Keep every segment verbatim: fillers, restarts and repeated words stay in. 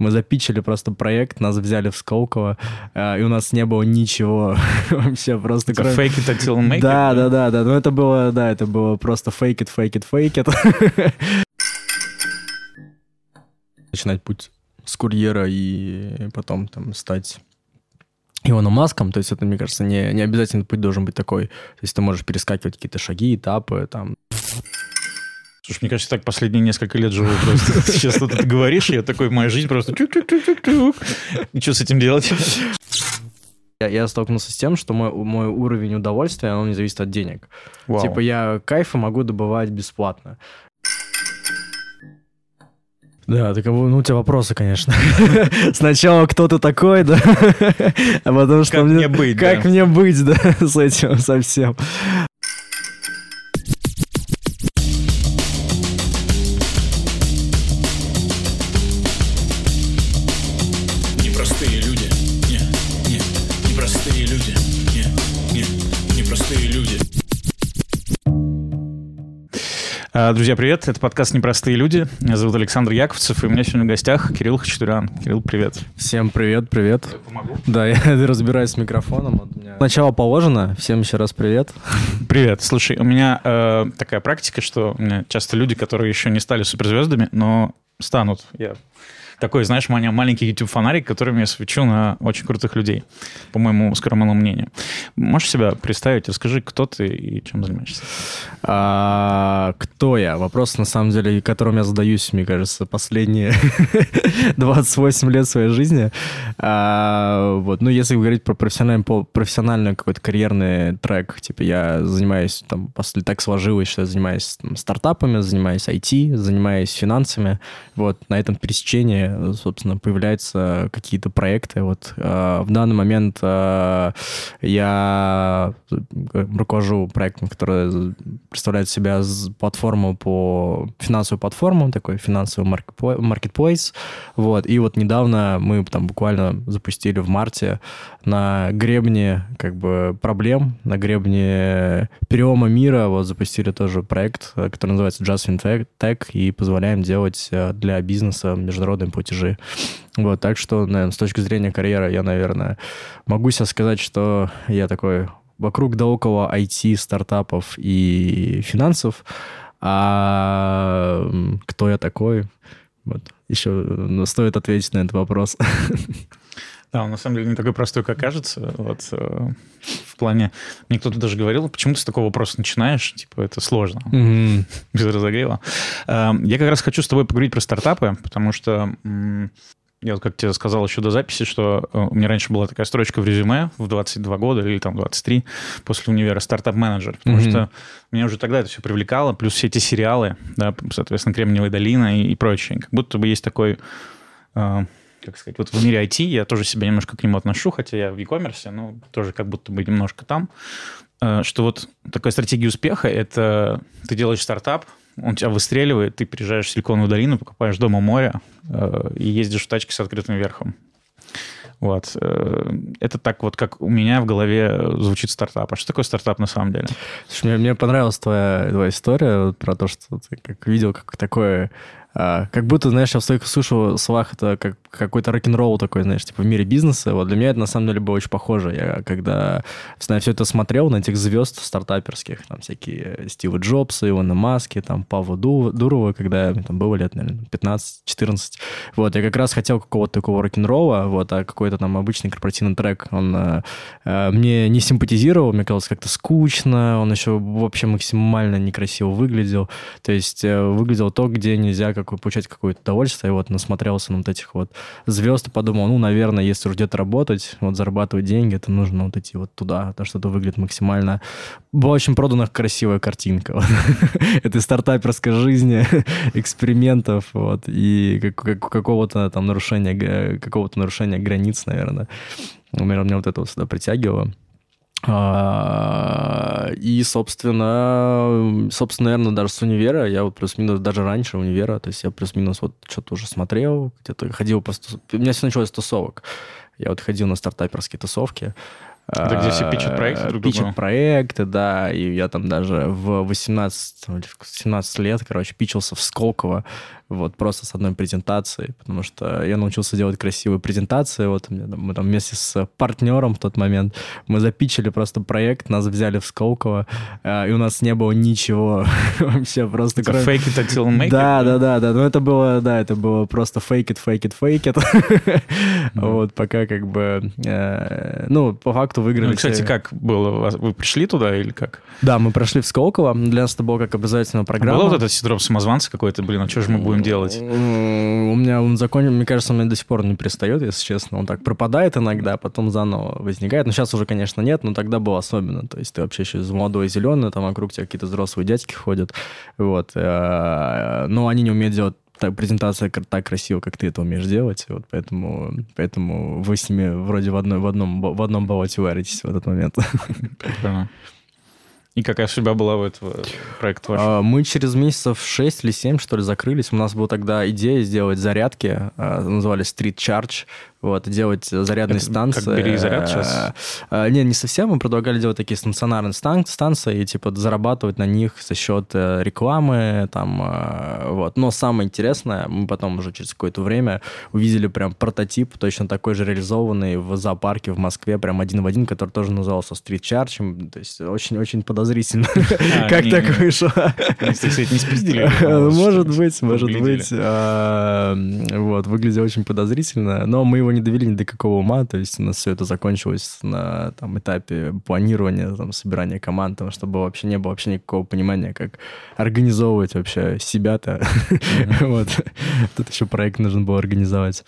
Мы запичили просто проект, нас взяли в Сколково, и у нас не было ничего вообще просто... Это кроме... fake it until make it? Да, да, да, да. Ну это было, да, это было просто fake it, fake it, fake it. Начинать путь с курьера и потом там стать Илоном Маском, то есть это, мне кажется, не, не обязательно путь должен быть такой. То есть ты можешь перескакивать какие-то шаги, этапы, там... Слушай, мне кажется, так последние несколько лет живу просто. Сейчас что ты говоришь, и я такой, моя жизнь просто чук-чук-чук-чук. И что с этим делать? Я, я столкнулся с тем, что мой, мой уровень удовольствия, он не зависит от денег. Вау. Типа я кайфа могу добывать бесплатно. Да, так ну, у тебя вопросы, конечно. Сначала кто ты такой, да, а потом что как мне... мне быть, Как да. мне быть, да, с этим совсем. Непростые люди. Не, не, непростые люди. Не, не, непростые люди. Друзья, привет. Это подкаст «Непростые люди». Меня зовут Александр Яковцев, и у меня сегодня в гостях Кирилл Хачатурян. Кирилл, привет. Всем привет, привет. Я помогу? Да, я разбираюсь с микрофоном. Вот меня... Начало положено. Всем еще раз привет. Привет. Слушай, у меня э, такая практика, что у меня часто люди, которые еще не стали суперзвездами, но станут. Я такой, знаешь, у меня маленький YouTube-фонарик, которым я свечу на очень крутых людей, по моему скромному мнению. Можешь себя представить? Расскажи, кто ты и чем занимаешься? А, кто я? Вопрос, на самом деле, которым я задаюсь, мне кажется, последние двадцать восемь лет своей жизни. А, вот. Ну, если говорить про профессиональный, профессиональный какой-то карьерный трек, типа я занимаюсь, там, после так сложилось, что я занимаюсь там, стартапами, занимаюсь ай ти, занимаюсь финансами. Вот. На этом пересечении, собственно, появляются какие-то проекты. Вот. А, в данный момент а, я руковожу проектом, который представляет себя платформу по финансовую платформу, такой финансовый маркетплейс. Вот. И вот недавно мы там буквально запустили в марте на гребне как бы проблем, на гребне перелома мира, вот запустили тоже проект, который называется Just FinTech, и позволяем делать для бизнеса международные платежи. Вот. Так что, наверное, с точки зрения карьеры я, наверное, могу себе сказать, что я такой вокруг да около ай ти, стартапов и финансов. А кто я такой? Вот. Еще стоит ответить на этот вопрос. Да, он на самом деле не такой простой, как кажется. Вот, э, в плане... Мне кто-то даже говорил, почему ты с такого вопроса начинаешь? Типа, это сложно. Mm-hmm. Без разогрева. Э, я как раз хочу с тобой поговорить про стартапы, потому что... М- Я вот как тебе сказал еще до записи, что у меня раньше была такая строчка в резюме в двадцать два года или там двадцать три после универа стартап-менеджер, потому mm-hmm. что меня уже тогда это все привлекало, плюс все эти сериалы, да, соответственно, «Кремниевая долина» и, и прочее. Как будто бы есть такой, э, как сказать, вот в мире ай ти я тоже себя немножко к нему отношу, хотя я в e-commerce, но тоже как будто бы немножко там, э, что вот такая стратегия успеха – это ты делаешь стартап, он тебя выстреливает, ты приезжаешь в Силиконовую долину, покупаешь дом у моря э, и ездишь в тачке с открытым верхом. Вот. Э, это так вот, как у меня в голове звучит стартап. А что такое стартап на самом деле? Слушай, мне, мне понравилась твоя, твоя история вот, про то, что ты как видел как такое... А, как будто, знаешь, я в своих слушал словах, это как какой-то рок-н-ролл такой, знаешь, типа в мире бизнеса. Вот для меня это на самом деле было очень похоже. Я когда на все это смотрел, на этих звезд стартаперских, там всякие Стива Джобса, Илона Маски, там Павла Дурова, когда там было лет, наверное, пятнадцать-четырнадцать. Вот, я как раз хотел какого-то такого рок-н-ролла, вот, а какой-то там обычный корпоративный трек, он а, а, мне не симпатизировал, мне казалось как-то скучно, он еще вообще максимально некрасиво выглядел. То есть выглядел то, где нельзя как получать какое-то удовольствие. И вот насмотрелся на вот этих вот звезд и подумал, ну, наверное, если уж где-то работать, вот зарабатывать деньги, то нужно вот идти вот туда, потому что это выглядит максимально... Была очень продана красивая картинка вот. этой стартаперской жизни, экспериментов, вот, и как, как, какого-то там нарушения, какого-то нарушения границ, наверное. Наверное, меня вот это вот сюда притягивало. И, собственно, собственно, наверное, даже с универа, я вот плюс-минус, даже раньше универа, то есть я плюс-минус вот что-то уже смотрел, где-то ходил по... У меня все началось с тусовок. Я вот ходил на стартаперские тусовки. Это где все пичат проекты друг другу? Пичат проекты, да, и я там даже в восемнадцать-семнадцать лет, короче, пичился в Сколково вот, просто с одной презентацией, потому что я научился делать красивые презентации, вот мы там вместе с партнером в тот момент, мы запичили просто проект, нас взяли в Сколково, и у нас не было ничего вообще, просто... Это кроме... fake it until make it? Да, да, да, да, ну это было, да, это было просто fake it, fake it, fake it, mm-hmm. вот, пока как бы, э, ну, по факту выиграли... Ну, кстати, как было? Вы пришли туда или как? Да, мы прошли в Сколково, для нас это было как обязательная программа. А был вот этот синдром самозванца какой-то, блин, а что же мы будем делать? У меня он закончил, мне кажется, он мне до сих пор не перестает, если честно, он так пропадает иногда, потом заново возникает, но сейчас уже, конечно, нет, но тогда было особенно, то есть ты вообще еще молодой, зеленый, там вокруг тебя какие-то взрослые дядьки ходят, вот, но они не умеют делать так, презентация так красиво, как ты это умеешь делать, вот поэтому, поэтому вы с ними вроде в, одной, в, одном, в одном болоте варитесь в этот момент. И какая судьба была у этого проекта вашего? Мы через месяцев шесть или семь, что ли, закрылись. У нас была тогда идея сделать зарядки, назывались Street Charge, вот, делать зарядные это станции. Как бери заряд сейчас? Не, не совсем. Мы предлагали делать такие стационарные станции и типа зарабатывать на них за счет рекламы, там, вот. Но самое интересное, мы потом уже через какое-то время увидели прям прототип, точно такой же реализованный в зоопарке в Москве, прям один в один, который тоже назывался Street Charge. То есть очень-очень подозрительно, как так вышло. Кстати, не спиздили. Может быть, может быть. Вот, выглядело очень подозрительно, но мы его не довели ни до какого ума, то есть у нас все это закончилось на там, этапе планирования, там, собирания команд, там, чтобы вообще не было вообще никакого понимания, как организовывать вообще себя-то. Mm-hmm. Вот. Тут еще проект нужно было организовать.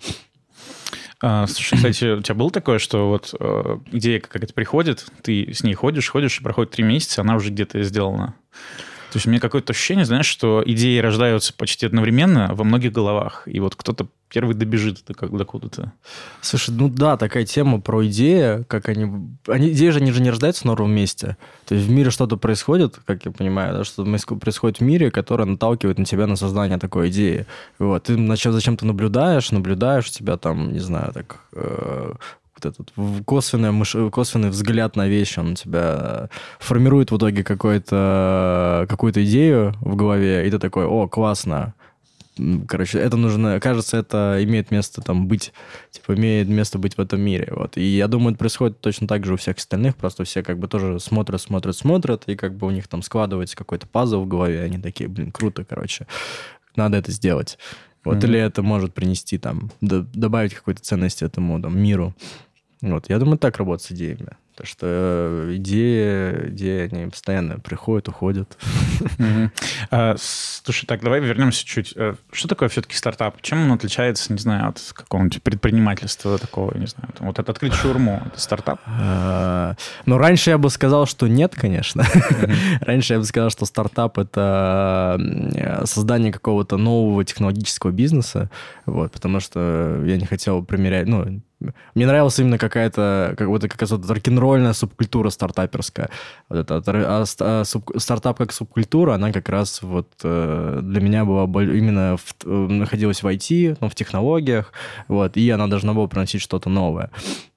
А, слушай, кстати, у тебя было такое, что вот э, идея какая-то приходит, ты с ней ходишь, ходишь, и проходит три месяца, она уже где-то сделана. То есть у меня какое-то ощущение, знаешь, что идеи рождаются почти одновременно во многих головах, и вот кто-то первый добежит до куда-то. Слушай, ну да, такая тема про идеи, как они... они идеи же, они же не рождаются на ровном месте. То есть в мире что-то происходит, как я понимаю, да, что-то происходит в мире, которое наталкивает на тебя на создание такой идеи. Вот. Ты зачем-то наблюдаешь, наблюдаешь, у тебя там, не знаю, так... Э- вот этот косвенный, мыш... косвенный взгляд на вещи, он у тебя формирует в итоге какую-то, какую-то идею в голове, и ты такой, о, классно. Короче, это нужно, кажется, это имеет место там быть, типа, имеет место быть в этом мире, вот. И я думаю, это происходит точно так же у всех остальных, просто все как бы тоже смотрят, смотрят, смотрят, и как бы у них там складывается какой-то пазл в голове, они такие, блин, круто, короче, надо это сделать. Вот, mm-hmm. Или это может принести там, д- добавить какой-то ценности этому там миру. Вот, я думаю, так работать с идеями. Потому что идеи, идеи, они постоянно приходят, уходят. Mm-hmm. А, слушай, так, давай вернемся чуть. Что такое все-таки стартап? Чем он отличается, не знаю, от какого-нибудь предпринимательства такого, не знаю, там, вот это открыть шаурму, это стартап? Ну, раньше я бы сказал, что нет, конечно. Mm-hmm. Раньше я бы сказал, что стартап — это создание какого-то нового технологического бизнеса, вот, потому что я не хотел примерять, ну, мне нравилась именно какая-то, как вот какая-то рок-н-ролльная субкультура стартаперская. Вот это, а, а, суб, стартап как субкультура, она как раз вот э, для меня была именно в, находилась в ай ти, ну, в технологиях, вот, и она должна была приносить что-то новое.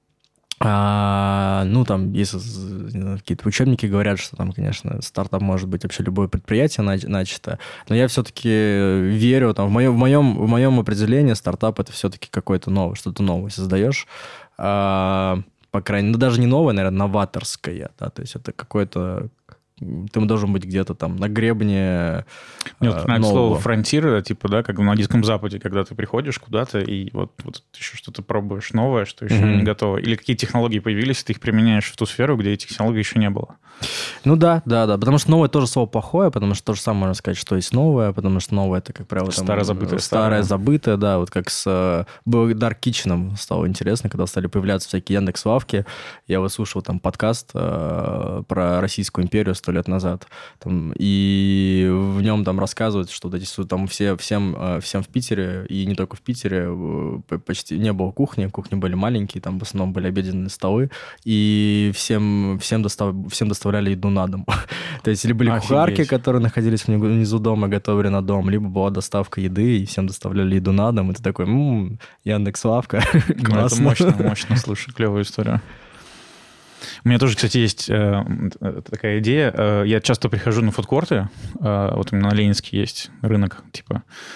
А, ну, там, если какие-то учебники говорят, что там, конечно, стартап может быть вообще любое предприятие начато, но я все-таки верю, там, в моем, в моем, в моем определении стартап — это все-таки какое-то новое, что-то новое создаешь, а, по крайней мере, ну, даже не новое, наверное, новаторское, да, то есть это какое-то... Ты должен быть где-то там на гребне Мне вот нравится слово «фронтир», типа, да, как на Диком Западе, когда ты приходишь куда-то и вот, вот еще что-то пробуешь новое, что еще mm-hmm. не готово. Или какие технологии появились, ты их применяешь в ту сферу, где этих технологий еще не было. Ну да, да, да, потому что новое тоже слово плохое, потому что то же самое можно сказать, что есть новое, потому что новое — это, как правило, там, старое забытое. Старое забытое, да, вот как с Dark Kitchen стало интересно, когда стали появляться всякие Яндекс.Лавки. Я выслушал там подкаст э, про Российскую империю сто лет назад, там, и в нем там рассказывают, что вот эти, там все, всем, всем в Питере, и не только в Питере, почти не было кухни, кухни были маленькие, там в основном были обеденные столы, и всем, всем, достав, всем доставляли еду на дом. То есть либо были Офигеть. Кухарки, которые находились внизу дома, готовили на дом, либо была доставка еды, и всем доставляли еду на дом, и ты такой, м-м, Яндекс.Лавка, классно. Это мощно, мощно, слушай, клевая история. У меня тоже, кстати, есть э, такая идея. Э, я часто прихожу на фудкорты, э, вот именно на Ленинске есть рынок, типа,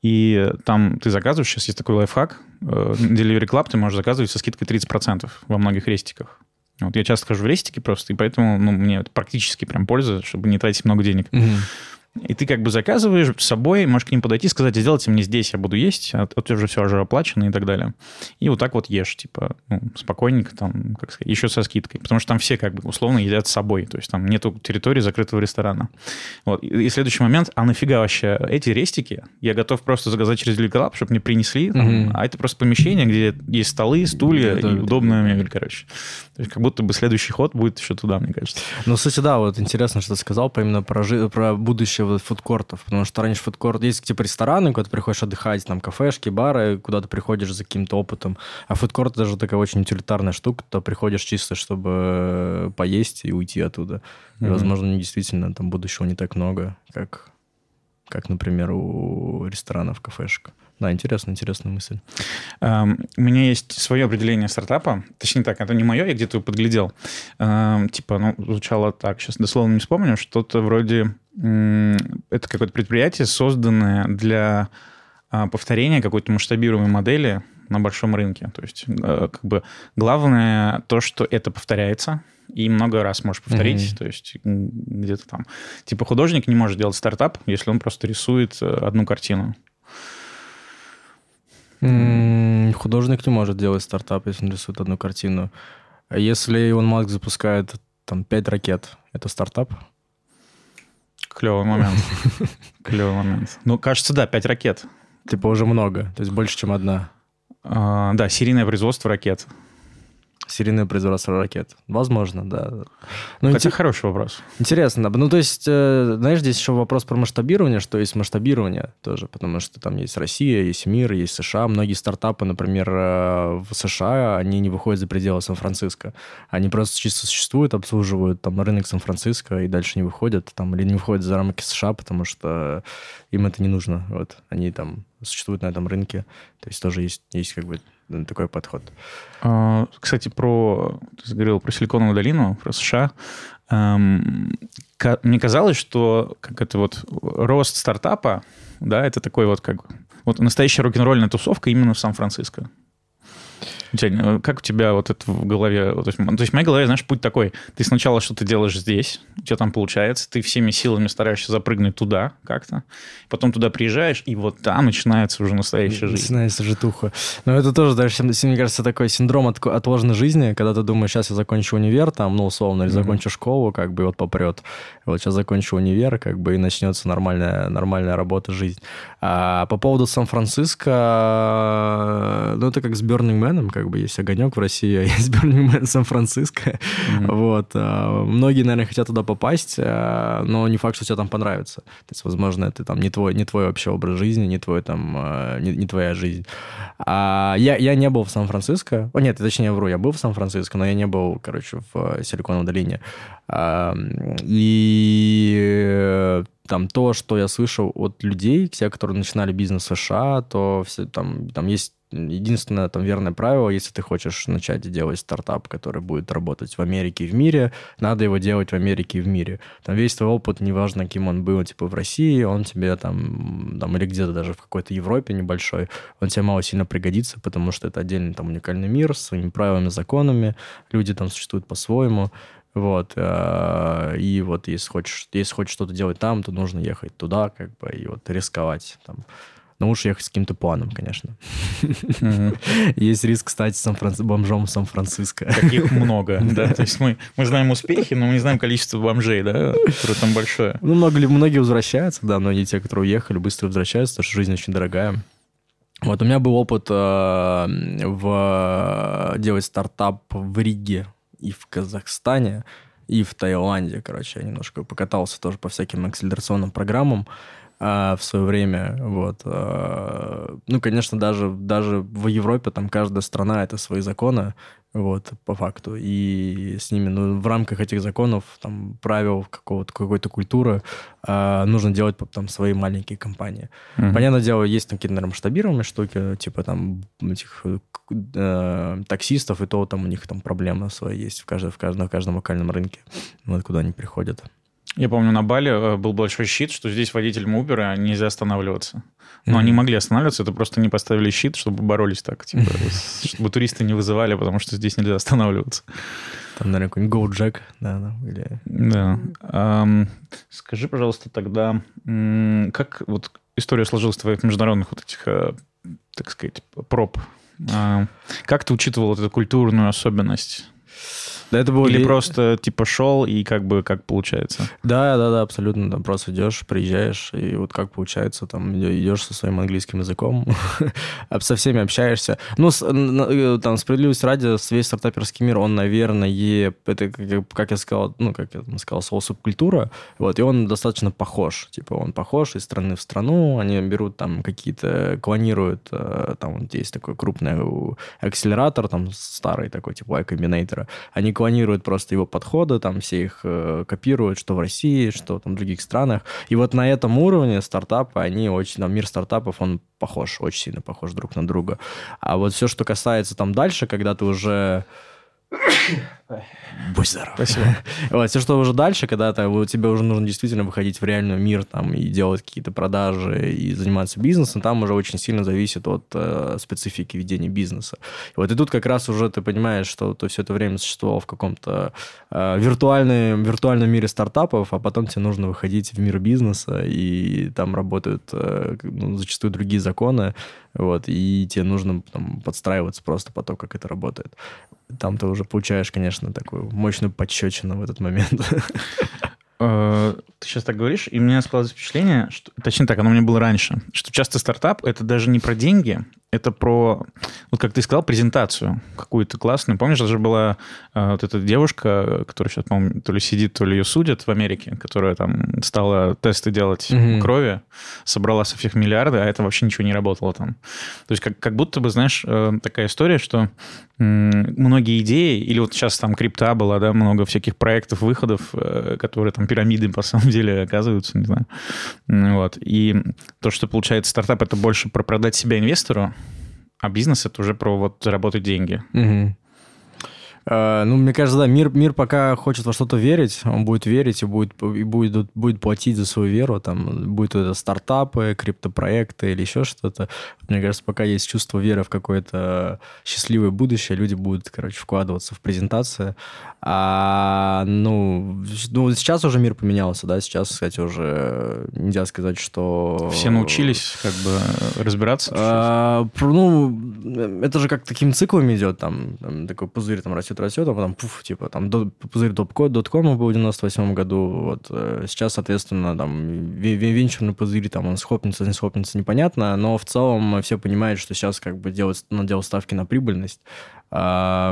И там ты заказываешь, сейчас есть такой лайфхак, Delivery Club ты можешь заказывать со скидкой тридцать процентов во многих рестиках. Вот я часто хожу в рестики просто, и поэтому ну, мне это практически прям польза, чтобы не тратить много денег. Mm-hmm. И ты как бы заказываешь с собой, можешь к ним подойти, сказать, сделайте мне здесь, я буду есть, а тут уже все уже оплачено и так далее. И вот так вот ешь, типа, ну, спокойненько, там, как сказать, еще со скидкой. Потому что там все как бы условно едят с собой, то есть там нету территории закрытого ресторана. Вот. И, и следующий момент, а нафига вообще эти рестики? Я готов просто заказать через Delivery Club, чтобы мне принесли, там, mm-hmm. а это просто помещение, где есть столы, стулья это, и это, удобная это, мебель, короче. То есть как будто бы следующий ход будет еще туда, мне кажется. Ну, кстати, да, вот интересно, что ты сказал по именно про, жи- про будущее фудкортов, потому что раньше фудкорт есть типа рестораны, куда ты приходишь отдыхать, там кафешки, бары, куда ты приходишь за каким-то опытом, а фудкорт даже такая очень утилитарная штука, ты приходишь чисто, чтобы поесть и уйти оттуда. И, mm-hmm. возможно, действительно там будущего не так много, как, как, например, у ресторанов, кафешек. Да, интересная, интересная мысль. Um, у меня есть свое определение стартапа. Точнее так, это не мое, я где-то его подглядел. Um, типа, ну, звучало так, сейчас дословно не вспомню, что-то вроде... Um, это какое-то предприятие, созданное для uh, повторения какой-то масштабируемой модели на большом рынке. То есть, uh, как бы, главное то, что это повторяется, и много раз можешь повторить. Mm-hmm. То есть, где-то там... Типа, художник не может делать стартап, если он просто рисует одну картину. Mm, художник не может делать стартап, если он рисует одну картину. А если Илон Маск запускает там пять ракет, это стартап? Клевый момент. Клевый момент. Ну, кажется, да, пять ракет. Типа уже много, то есть больше, чем одна. А, да, серийное производство ракет. Серийное производство ракет. Возможно, да. Ну, Хотя ин... хороший вопрос. Интересно. Ну, то есть, э, знаешь, здесь еще вопрос про масштабирование, что есть масштабирование тоже, потому что там есть Россия, есть мир, есть США. Многие стартапы, например, в США, они не выходят за пределы Сан-Франциско. Они просто чисто существуют, обслуживают там рынок Сан-Франциско и дальше не выходят. Там, или не выходят за рамки США, потому что им это не нужно. Вот. Они там существуют на этом рынке. То есть тоже есть, есть как бы такой подход. Кстати, про... Ты говорил про Силиконовую долину, про США. Мне казалось, что как это вот рост стартапа, да, это такой вот как... Вот настоящая рок-н-ролльная тусовка именно в Сан-Франциско. Как у тебя вот это в голове? То есть, то есть в моей голове, знаешь, путь такой. Ты сначала что-то делаешь здесь, у тебя там получается, ты всеми силами стараешься запрыгнуть туда как-то, потом туда приезжаешь, и вот там начинается уже настоящая жизнь. Начинается житуха. Но это тоже, даже, мне кажется, такой синдром от, отложенной жизни, когда ты думаешь, сейчас я закончу универ, там, ну, условно, или mm-hmm. закончу школу, как бы, и вот попрет. Вот сейчас закончу универ, как бы, и начнется нормальная, нормальная работа, жизнь. А по поводу Сан-Франциско, ну, это как с Burning Man, как бы есть огонек в России, а есть Burning Man Сан-Франциско. Mm-hmm. Вот. Многие, наверное, хотят туда попасть, но не факт, что тебе там понравится. То есть, возможно, это там не твой, не твой вообще образ жизни, не твой там, не, не твоя жизнь. А я, я не был в Сан-Франциско. О, нет, точнее, я вру, я был в Сан-Франциско, но я не был, короче, в Силиконовой долине. И там то, что я слышал от людей, те, которые начинали бизнес в США, то все, там, там есть единственное там верное правило: если ты хочешь начать делать стартап, который будет работать в Америке и в мире, надо его делать в Америке и в мире. Там весь твой опыт, неважно, кем он был, типа в России, он тебе там, там или где-то даже в какой-то Европе небольшой, он тебе мало сильно пригодится, потому что это отдельный там уникальный мир с своими правилами, законами, люди там существуют по-своему. Вот, и вот если хочешь, если хочешь что-то делать там, то нужно ехать туда, как бы, и вот рисковать там. Но лучше ехать с каким-то планом, конечно. Mm-hmm. Есть риск стать Сан-Франци... бомжом в Сан-Франциско. Таких много, да. То есть мы, мы знаем успехи, но мы не знаем количество бомжей, да, которые там большое. Ну, много, многие возвращаются, да, многие те, которые уехали, быстро возвращаются, потому что жизнь очень дорогая. Вот у меня был опыт э, в... делать стартап в Риге и в Казахстане, и в Таиланде. Короче, я немножко покатался тоже по всяким акселерационным программам в свое время, вот. Ну, конечно, даже, даже в Европе там каждая страна — это свои законы, вот, по факту, и с ними, ну, в рамках этих законов, там, правил какого-то, какой-то культуры нужно делать там свои маленькие компании. Mm-hmm. Понятное дело, есть там какие-то, наверное, масштабируемые штуки, типа там этих э, таксистов, и то там у них там проблемы свои есть в каждом, в каждом, в каждом локальном рынке, вот, куда они приходят. Я помню, на Бали был большой щит, что здесь водителям Uber нельзя останавливаться. Но mm-hmm. они могли останавливаться, это просто не поставили щит, чтобы боролись так, типа, чтобы туристы не вызывали, потому что здесь нельзя останавливаться. Там, наверное, какой-нибудь GoJack, да, да, или... Да. Um, скажи, пожалуйста, тогда, как вот история сложилась твоих международных вот этих, так сказать, проб? Как ты учитывал вот эту культурную особенность? Да, это было Или ли... просто типа шел и как бы как получается? Да, да, да, абсолютно. Там просто идешь, приезжаешь, и вот как получается, там идешь со своим английским языком, со всеми общаешься. Ну, с, там, справедливости ради, весь стартаперский мир, он, наверное, это, как я сказал, ну, как я сказал, слово субкультура, вот, и он достаточно похож. Типа он похож из страны в страну, они берут там какие-то, клонируют, там вот есть такой крупный акселератор, там старый такой, типа Y Combinator, они клонируют просто его подходы, там все их э, копируют, что в России, что там в других странах. И вот на этом уровне стартапы, они очень, там, мир стартапов, он похож, очень сильно похож друг на друга. А вот все, что касается там дальше, когда ты уже... Будь здоров. Спасибо. Вот, все, что уже дальше, когда ты, тебе уже нужно действительно выходить в реальный мир там, и делать какие-то продажи, и заниматься бизнесом, там уже очень сильно зависит от э, специфики ведения бизнеса. И вот и тут как раз уже ты понимаешь, что ты все это время существовал в каком-то э, виртуальном, виртуальном мире стартапов, а потом тебе нужно выходить в мир бизнеса, и там работают э, ну, зачастую другие законы, вот, и тебе нужно там, подстраиваться просто по тому, как это работает. Там ты уже получаешь, конечно, такую мощную подщечину в этот момент. Ты сейчас так говоришь, и у меня складывается впечатление, что, точнее так, оно у меня было раньше, что часто стартап — это даже не про деньги, это про, вот как ты сказал, презентацию какую-то классную. Помнишь, даже была э, вот эта девушка, которая сейчас, по-моему, то ли сидит, то ли ее судят в Америке, которая там стала тесты делать mm-hmm. крови, собрала со всех миллиарды, а это вообще ничего не работало там. То есть как, как будто бы, знаешь, э, такая история, что э, многие идеи, или вот сейчас там крипта была, да, много всяких проектов, выходов, э, которые там пирамиды, по самом деле, оказываются, не знаю. Вот. И то, что получается стартап, это больше про продать себя инвестору, а бизнес — это уже про вот заработать деньги. Угу. Uh, ну, мне кажется, да, мир, мир пока хочет во что-то верить, он будет верить и будет, и будет, будет платить за свою веру, там, будут это стартапы, криптопроекты или еще что-то. Мне кажется, пока есть чувство веры в какое-то счастливое будущее, люди будут, короче, вкладываться в презентации. А, ну, ну, сейчас уже мир поменялся, да, сейчас, кстати, уже нельзя сказать, что... Все научились как бы разбираться? Uh, ну, это же как такими циклами идет, там, там такой пузырь там растет, растет, а потом пуф, типа, там, пузырь доткома был в девяносто восьмом году, вот, сейчас, соответственно, там, венчурный пузырь, там, он схлопнется, не схлопнется, непонятно, но в целом все понимают, что сейчас, как бы, делать, надо делать ставки на прибыльность. А,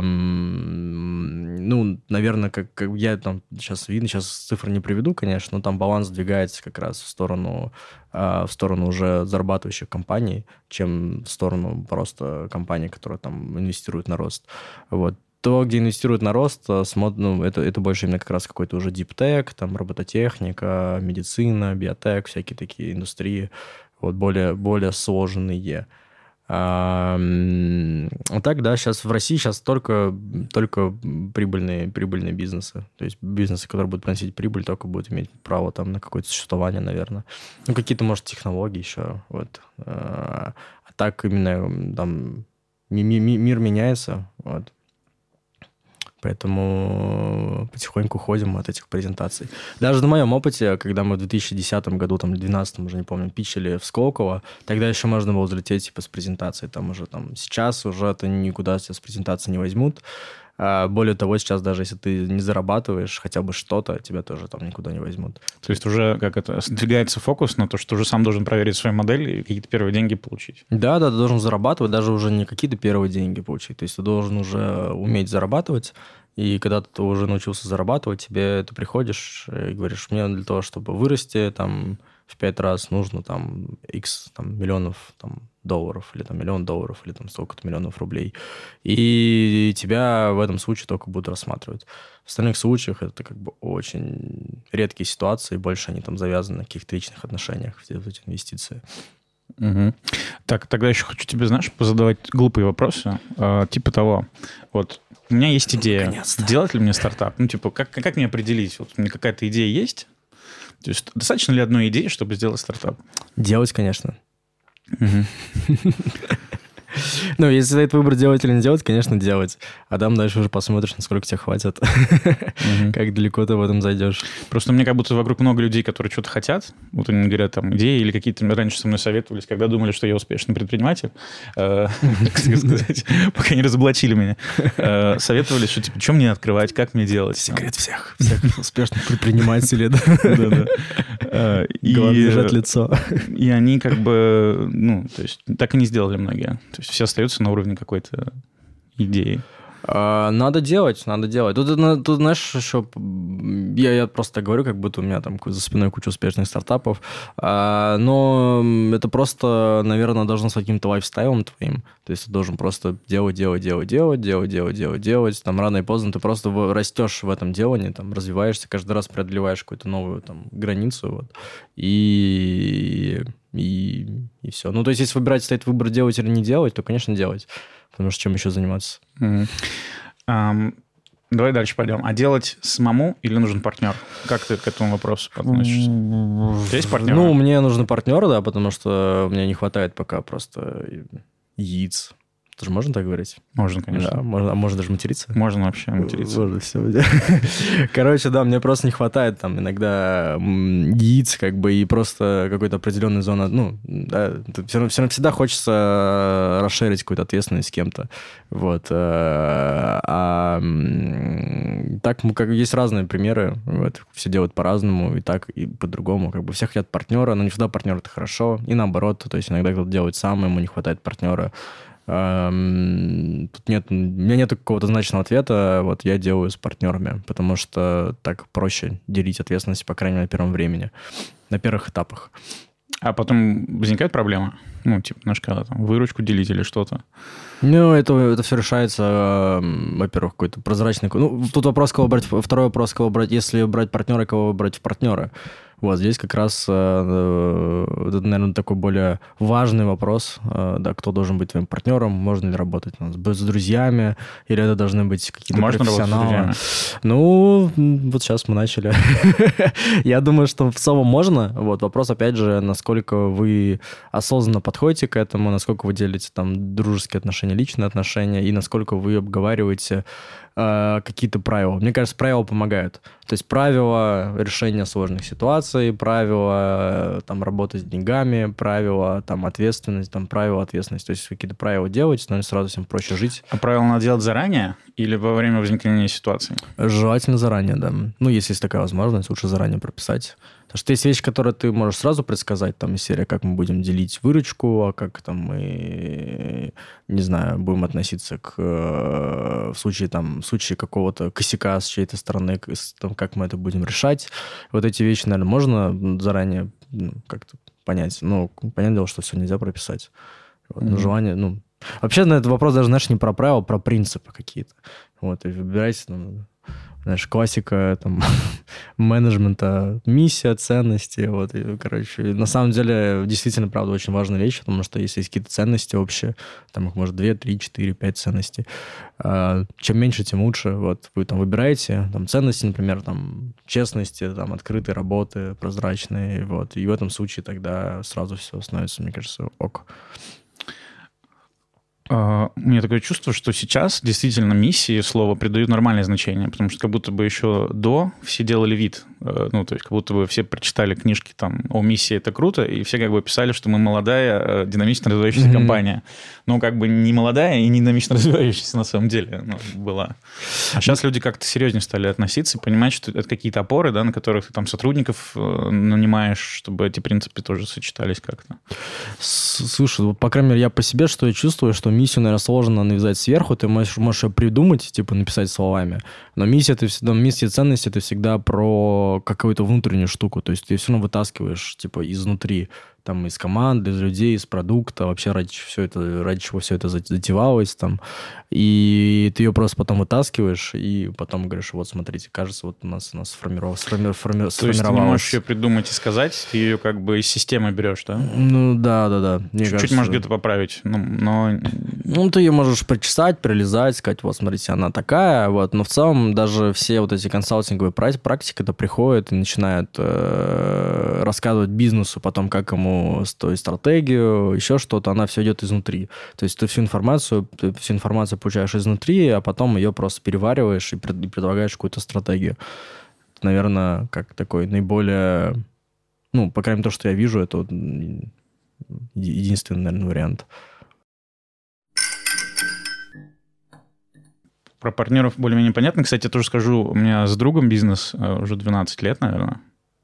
ну, наверное, как, как я там сейчас видно, сейчас цифры не приведу, конечно, но там баланс двигается как раз в сторону, в сторону уже зарабатывающих компаний, чем в сторону просто компаний, которые там инвестируют на рост. Вот. То, где инвестируют на рост, ну, это, это больше именно как раз какой-то уже диптек, там робототехника, медицина, биотек, всякие такие индустрии, вот более, более сложные. А, а так, да, сейчас в России сейчас только, только прибыльные, прибыльные бизнесы. То есть бизнесы, которые будут приносить прибыль, только будут иметь право там на какое-то существование, наверное. Ну, какие-то, может, технологии еще. Вот. А, а так именно там ми- ми- мир меняется, вот. Поэтому потихоньку ходим от этих презентаций. Даже на моем опыте, когда мы в две тысячи десятом году, там, в две тысячи двенадцатом, уже не помню, питчили в Сколково, тогда еще можно было залететь типа с презентацией. Там уже, там, сейчас уже это никуда тебя с презентацией не возьмут. А более того, сейчас даже если ты не зарабатываешь хотя бы что-то, тебя тоже там никуда не возьмут. То есть уже как это сдвигается фокус на то, что уже сам должен проверить свою модель и какие-то первые деньги получить. Да, да, ты должен зарабатывать, даже уже не какие-то первые деньги получить. То есть ты должен уже уметь зарабатывать. И когда ты уже научился зарабатывать, тебе ты приходишь и говоришь, мне для того, чтобы вырасти там в пять раз, нужно там X там, миллионов там, долларов, или там миллион долларов, или там столько-то миллионов рублей. И тебя в этом случае только будут рассматривать. В остальных случаях это как бы очень редкие ситуации, больше они там завязаны на каких-то личных отношениях, все эти инвестиции. Угу. Так, тогда еще хочу тебе, знаешь, позадавать глупые вопросы. Э, типа того, вот у меня есть идея, Наконец-то. Делать ли мне стартап? Ну, типа, как, как мне определить? Вот у меня какая-то идея есть, То есть достаточно ли одной идеи, чтобы сделать стартап? Делать, конечно. Ну, если стоит выбор делать или не делать, конечно, делать. А там дальше уже посмотришь, насколько тебе хватит, mm-hmm. как далеко ты в этом зайдешь. Просто у меня как будто вокруг много людей, которые что-то хотят. Вот они говорят, там, идеи или какие-то раньше со мной советовались, когда думали, что я успешный предприниматель. Пока не разоблачили меня. Советовались, что, типа, что мне открывать, как мне делать. Секрет всех. Всех успешных предпринимателей. Главное, держать лицо. И они как бы, ну, то есть так и не сделали многие. То есть все остаются на уровне какой-то идеи. Надо делать, надо делать. Тут, тут знаешь, еще... Я, я просто говорю, как будто у меня там за спиной куча успешных стартапов. Но это просто, наверное, должно с каким-то лайфстайлом твоим. То есть ты должен просто делать, делать, делать, делать, делать, делать, делать, делать. Там рано и поздно ты просто растешь в этом делании, там, развиваешься, каждый раз преодолеваешь какую-то новую там границу. Вот. И... И, и все. Ну, то есть, если выбирать, стоит выбор делать или не делать, то, конечно, делать. Потому что чем еще заниматься? Mm-hmm. Um, давай дальше пойдем. А делать самому или нужен партнер? Как ты к этому вопросу относишься? Mm-hmm. Есть партнер? Ну, мне нужны партнеры, да, потому что мне не хватает пока просто яиц. Тоже можно так говорить? Можно, конечно. Да, можно, а можно даже материться? Можно вообще материться. Можно все. Короче, да, мне просто не хватает там иногда яиц, как бы, и просто какой-то определенной зоны, ну, да, все равно, все равно всегда хочется расширить какую-то ответственность с кем-то, вот. А так, как есть разные примеры, вот, все делают по-разному, и так, и по-другому, как бы, все хотят партнера, но не всегда партнер — это хорошо, и наоборот, то есть иногда кто-то делает сам, ему не хватает партнера. Тут нет, у меня нет какого-то значного ответа, вот я делаю с партнерами, потому что так проще делить ответственность, по крайней мере, на первом времени, на первых этапах. А потом возникает проблема? Ну, типа, знаешь, когда там выручку делить или что-то? Ну, это, это все решается, во-первых, какой-то прозрачный... Ну, тут вопрос, кого брать, второй вопрос, кого брать, если брать партнера, кого брать в партнеры. Вот здесь как раз, это, наверное, такой более важный вопрос, да, кто должен быть твоим партнером, можно ли работать с друзьями, или это должны быть какие-то можно профессионалы. Ну, вот сейчас мы начали. Я думаю, что в целом можно. Вот вопрос, опять же, насколько вы осознанно подходите к этому, насколько вы делите там дружеские отношения, личные отношения, и насколько вы обговариваете какие-то правила. Мне кажется, правила помогают. То есть правила решения сложных ситуаций, правила там, работы с деньгами, правила там, ответственности, там, правила ответственности. То есть какие-то правила делать, становится сразу всем проще жить. А правила надо делать заранее или во время возникновения ситуации? Желательно заранее, да. Ну, если есть такая возможность, лучше заранее прописать. Потому что есть вещи, которые ты можешь сразу предсказать, там, из серии, как мы будем делить выручку, а как там мы, не знаю, будем относиться к, в случае, там, в случае какого-то косяка с чьей-то стороны, там, как мы это будем решать. Вот эти вещи, наверное, можно заранее ну, как-то понять. Ну, понятное дело, что все нельзя прописать. Вот, mm-hmm. Но желание, ну... Вообще, на этот вопрос даже, знаешь, не про правила, а про принципы какие-то. Вот, и выбирайте, ну... Знаешь, классика там, менеджмента, миссия, ценности. Вот, и, короче, на самом деле, действительно, правда, очень важная вещь, потому что если есть какие-то ценности общие, там их может две, три, четыре, пять ценностей, а, чем меньше, тем лучше. Вот, вы там выбираете там, ценности, например, там, честности, там, открытой работы, прозрачной. Вот, и в этом случае тогда сразу все становится, мне кажется, ок. Uh, у меня такое чувство, что сейчас действительно миссии слова придают нормальное значение, потому что как будто бы еще до все делали вид. Uh, ну, то есть как будто бы все прочитали книжки там о миссии, это круто, и все как бы писали, что мы молодая, динамично развивающаяся mm-hmm. компания. Но как бы не молодая и не динамично развивающаяся на самом деле ну, была. А сейчас люди как-то серьезнее стали относиться и понимать, что это какие-то опоры, да, на которых ты там сотрудников нанимаешь, чтобы эти принципы тоже сочетались как-то. Слушай, по крайней мере, я по себе что я чувствую, что миссию, наверное, сложно навязать сверху, ты можешь, можешь ее придумать, типа написать словами, но миссия, это всегда, миссия ценности, это всегда про какую-то внутреннюю штуку, то есть ты все равно вытаскиваешь, типа, изнутри, там из команды, из людей, из продукта, вообще ради, все это, ради чего все это затевалось, там, и ты ее просто потом вытаскиваешь, и потом говоришь, вот, смотрите, кажется, вот у нас, у нас сформировалось, сформи, форми, То есть ты не можешь ее придумать и сказать, ты ее как бы из системы берешь, да? Ну, да, да, да. Мне Чуть-чуть кажется, можешь где-то поправить, но... но... Ну, ты ее можешь прочесать, прилезать, сказать, вот, смотрите, она такая, вот, но в целом даже все вот эти консалтинговые практики, это приходят и начинают э, рассказывать бизнесу потом, как ему строить стратегию, еще что-то, она все идет изнутри. То есть ты всю информацию, ты всю информацию получаешь изнутри, а потом ее просто перевариваешь и, пред, и предлагаешь какую-то стратегию. Это, наверное, как такой наиболее... Ну, по крайней мере, то, что я вижу, это вот единственный, наверное, вариант. Про партнеров более-менее понятно. Кстати, я тоже скажу, у меня с другом бизнес уже двенадцать лет, наверное.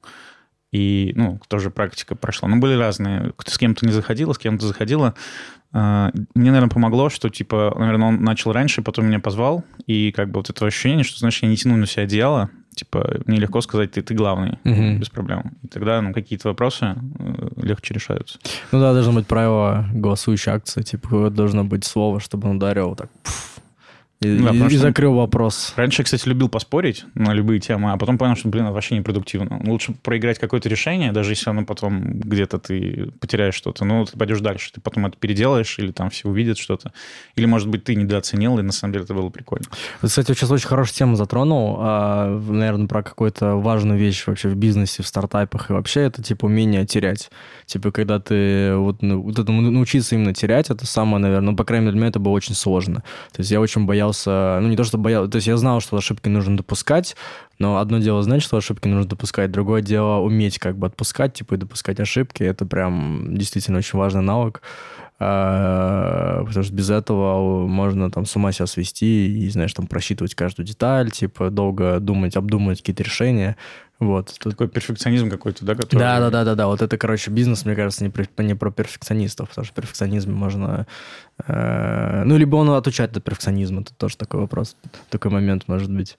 И, ну, тоже практика прошла. Ну, были разные. С кем-то не заходила, с кем-то заходила. Мне, наверное, помогло, что, типа, наверное, он начал раньше, потом меня позвал. И как бы вот это ощущение, что, знаешь, я не тяну на себя одеяло. Типа, мне легко сказать, ты, ты главный, uh-huh. без проблем. И тогда, ну, какие-то вопросы легче решаются. Ну да, должно быть правило голосующей акции. Типа, должно быть слово, чтобы он ударил так... И, да, и, и закрыл вопрос. Раньше я, кстати, любил поспорить на любые темы, а потом понял, что, блин, это вообще непродуктивно. Лучше проиграть какое-то решение, даже если оно потом где-то ты потеряешь что-то. Ну, ты пойдешь дальше, ты потом это переделаешь, или там все увидят что-то. Или, может быть, ты недооценил, и на самом деле это было прикольно. Кстати, сейчас очень хорошую тему затронул. А, наверное, про какую-то важную вещь вообще в бизнесе, в стартапах и вообще, это, типа, умение терять. Типа, когда ты вот, ну, вот это, научиться именно терять, это самое, наверное, ну, по крайней мере, для меня это было очень сложно. То есть я очень боялся ну, не то, что боялся, то есть я знал, что ошибки нужно допускать, но одно дело знать, что ошибки нужно допускать, другое дело уметь как бы отпускать, типа, и допускать ошибки. Это прям действительно очень важный навык, потому что без этого можно там с ума себя свести и, знаешь, там просчитывать каждую деталь, типа, долго думать, обдумывать какие-то решения. Вот. Тут... Такой перфекционизм какой-то, да? Который... Да, да, да, да, да. Вот это, короче, бизнес, мне кажется, не про, не про перфекционистов, потому что перфекционизм можно... Э, ну, либо он отучать от перфекционизма, это тоже такой вопрос, такой момент может быть.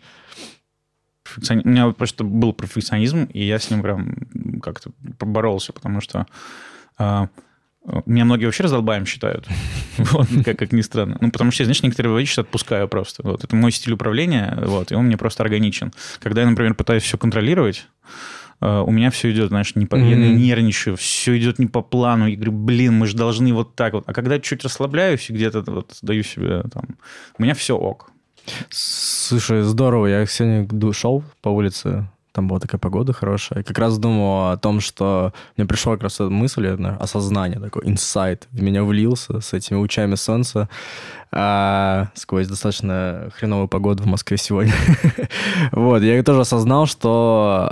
У меня просто был перфекционизм, и я с ним прям как-то поборолся, потому что... Э, Меня многие вообще раздолбаем считают, вот, как, как ни странно. Ну, потому что я, знаешь, некоторые вещи отпускаю просто. Вот. Это мой стиль управления, вот, и он мне просто органичен. Когда я, например, пытаюсь все контролировать, uh, у меня все идет, знаешь, не по... mm-hmm. я нервничаю, все идет не по плану. Я говорю, блин, мы же должны вот так вот. А когда чуть расслабляюсь и где-то вот даю себе там... У меня все ок. Слушай, здорово. Я сегодня шел по улице, там была такая погода хорошая. Я как раз думал о том, что мне пришла как раз мысль, осознание, такой инсайт в меня влился с этими лучами солнца а, сквозь достаточно хреновую погоду в Москве сегодня. Вот, я тоже осознал, что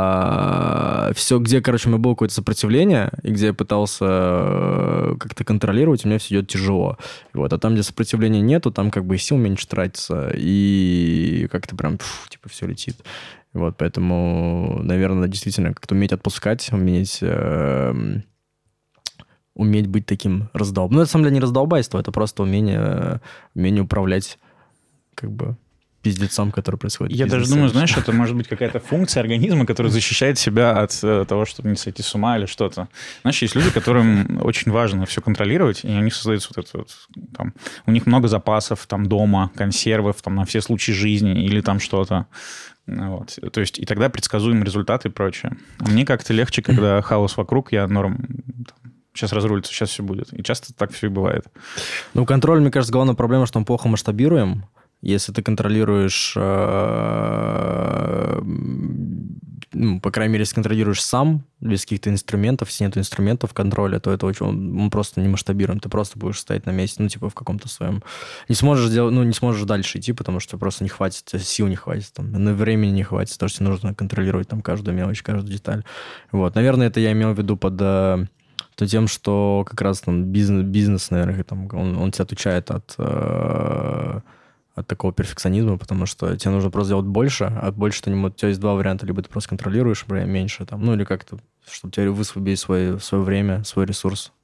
а, все, где, короче, у меня было какое-то сопротивление, и где я пытался как-то контролировать, у меня все идет тяжело. Вот, а там, где сопротивления нету, там как бы и сил меньше тратится, и как-то прям, фу, типа, все летит. Вот, поэтому, наверное, действительно, как-то уметь отпускать, уметь, э, уметь быть таким раздолбайством. Ну, это, на самом деле, не раздолбайство, это просто умение, умение управлять, как бы, пиздецом, который происходит. Я даже думаю, знаешь, это может быть какая-то функция организма, которая защищает себя от того, чтобы не сойти с ума или что-то. Знаешь, есть люди, которым очень важно все контролировать, и у них создается вот это вот, там, у них много запасов, там, дома, консервов, там, на все случаи жизни или там что-то. Вот. То есть, и тогда предсказуемые результаты и прочее. А мне как-то легче, когда хаос вокруг, я норм... Там, сейчас разрулится, сейчас все будет. И часто так все и бывает. Ну, контроль, мне кажется, главная проблема, что он плохо масштабируем. Если ты контролируешь, ну, по крайней мере, если контролируешь сам, без каких-то инструментов, если нет инструментов контроля, то это очень, он, он просто не масштабируем. Ты просто будешь стоять на месте, ну, типа, в каком-то своем... Не сможешь делать, ну, не сможешь дальше идти, потому что просто не хватит, сил не хватит, там, времени не хватит, потому что тебе нужно контролировать там каждую мелочь, каждую деталь. Вот. Наверное, это я имел в виду под... то тем, что как раз там бизнес, бизнес наверное, там, он, он тебя отучает от... от такого перфекционизма, потому что тебе нужно просто делать больше, а больше ты не можешь... У тебя есть два варианта. Либо ты просто контролируешь время меньше, там, ну или как-то, чтобы тебе высвободить свое, свое время, свой ресурс.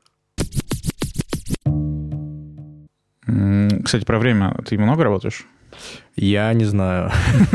Кстати, про время. Ты много работаешь? Я не знаю.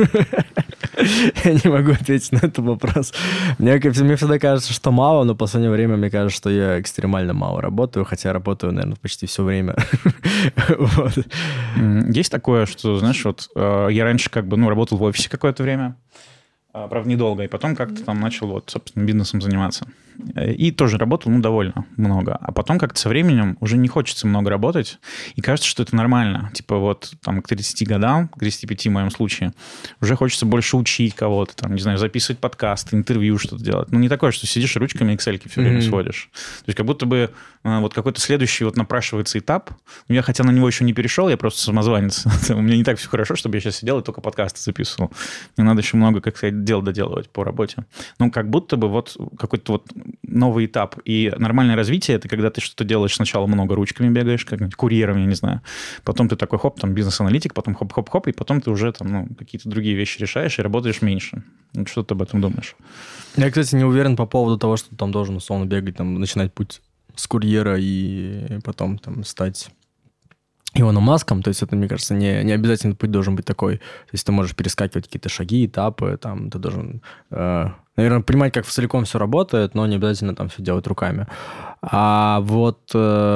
Я не могу ответить на этот вопрос. Мне, мне всегда кажется, что мало, но в последнее время мне кажется, что я экстремально мало работаю, хотя работаю, наверное, почти все время. Вот. Есть такое, что, знаешь, вот я раньше как бы, ну, работал в офисе какое-то время, правда, недолго, и потом как-то там начал вот, собственно, бизнесом заниматься. И тоже работал, ну, довольно много. А потом как-то со временем уже не хочется много работать, и кажется, что это нормально. Типа вот там к тридцати годам, к тридцати пяти в моем случае, уже хочется больше учить кого-то, там, не знаю, записывать подкасты, интервью, что-то делать. Ну, не такое, что сидишь и ручками Excel-ки все время mm-hmm. сводишь. То есть как будто бы вот какой-то следующий вот напрашивается этап. Я хотя на него еще не перешел, я просто самозванец. У меня не так все хорошо, чтобы я сейчас сидел и только подкасты записывал. Мне надо еще много, как сказать, дел доделывать по работе. Ну, как будто бы вот какой-то вот новый этап. И нормальное развитие — это когда ты что-то делаешь сначала много ручками бегаешь, как-нибудь курьером, я не знаю. Потом ты такой, хоп, там, бизнес-аналитик, потом хоп-хоп-хоп, и потом ты уже там, ну, какие-то другие вещи решаешь и работаешь меньше. Вот что ты об этом думаешь? Я, кстати, не уверен по поводу того, что ты там должен, условно, бегать, там, начинать путь с курьера и потом там стать Илоном Маском. То есть это, мне кажется, не, не обязательно путь должен быть такой. То есть ты можешь перескакивать какие-то шаги, этапы, там, ты должен, э, наверное, понимать, как целиком все работает, но не обязательно там все делать руками. А вот...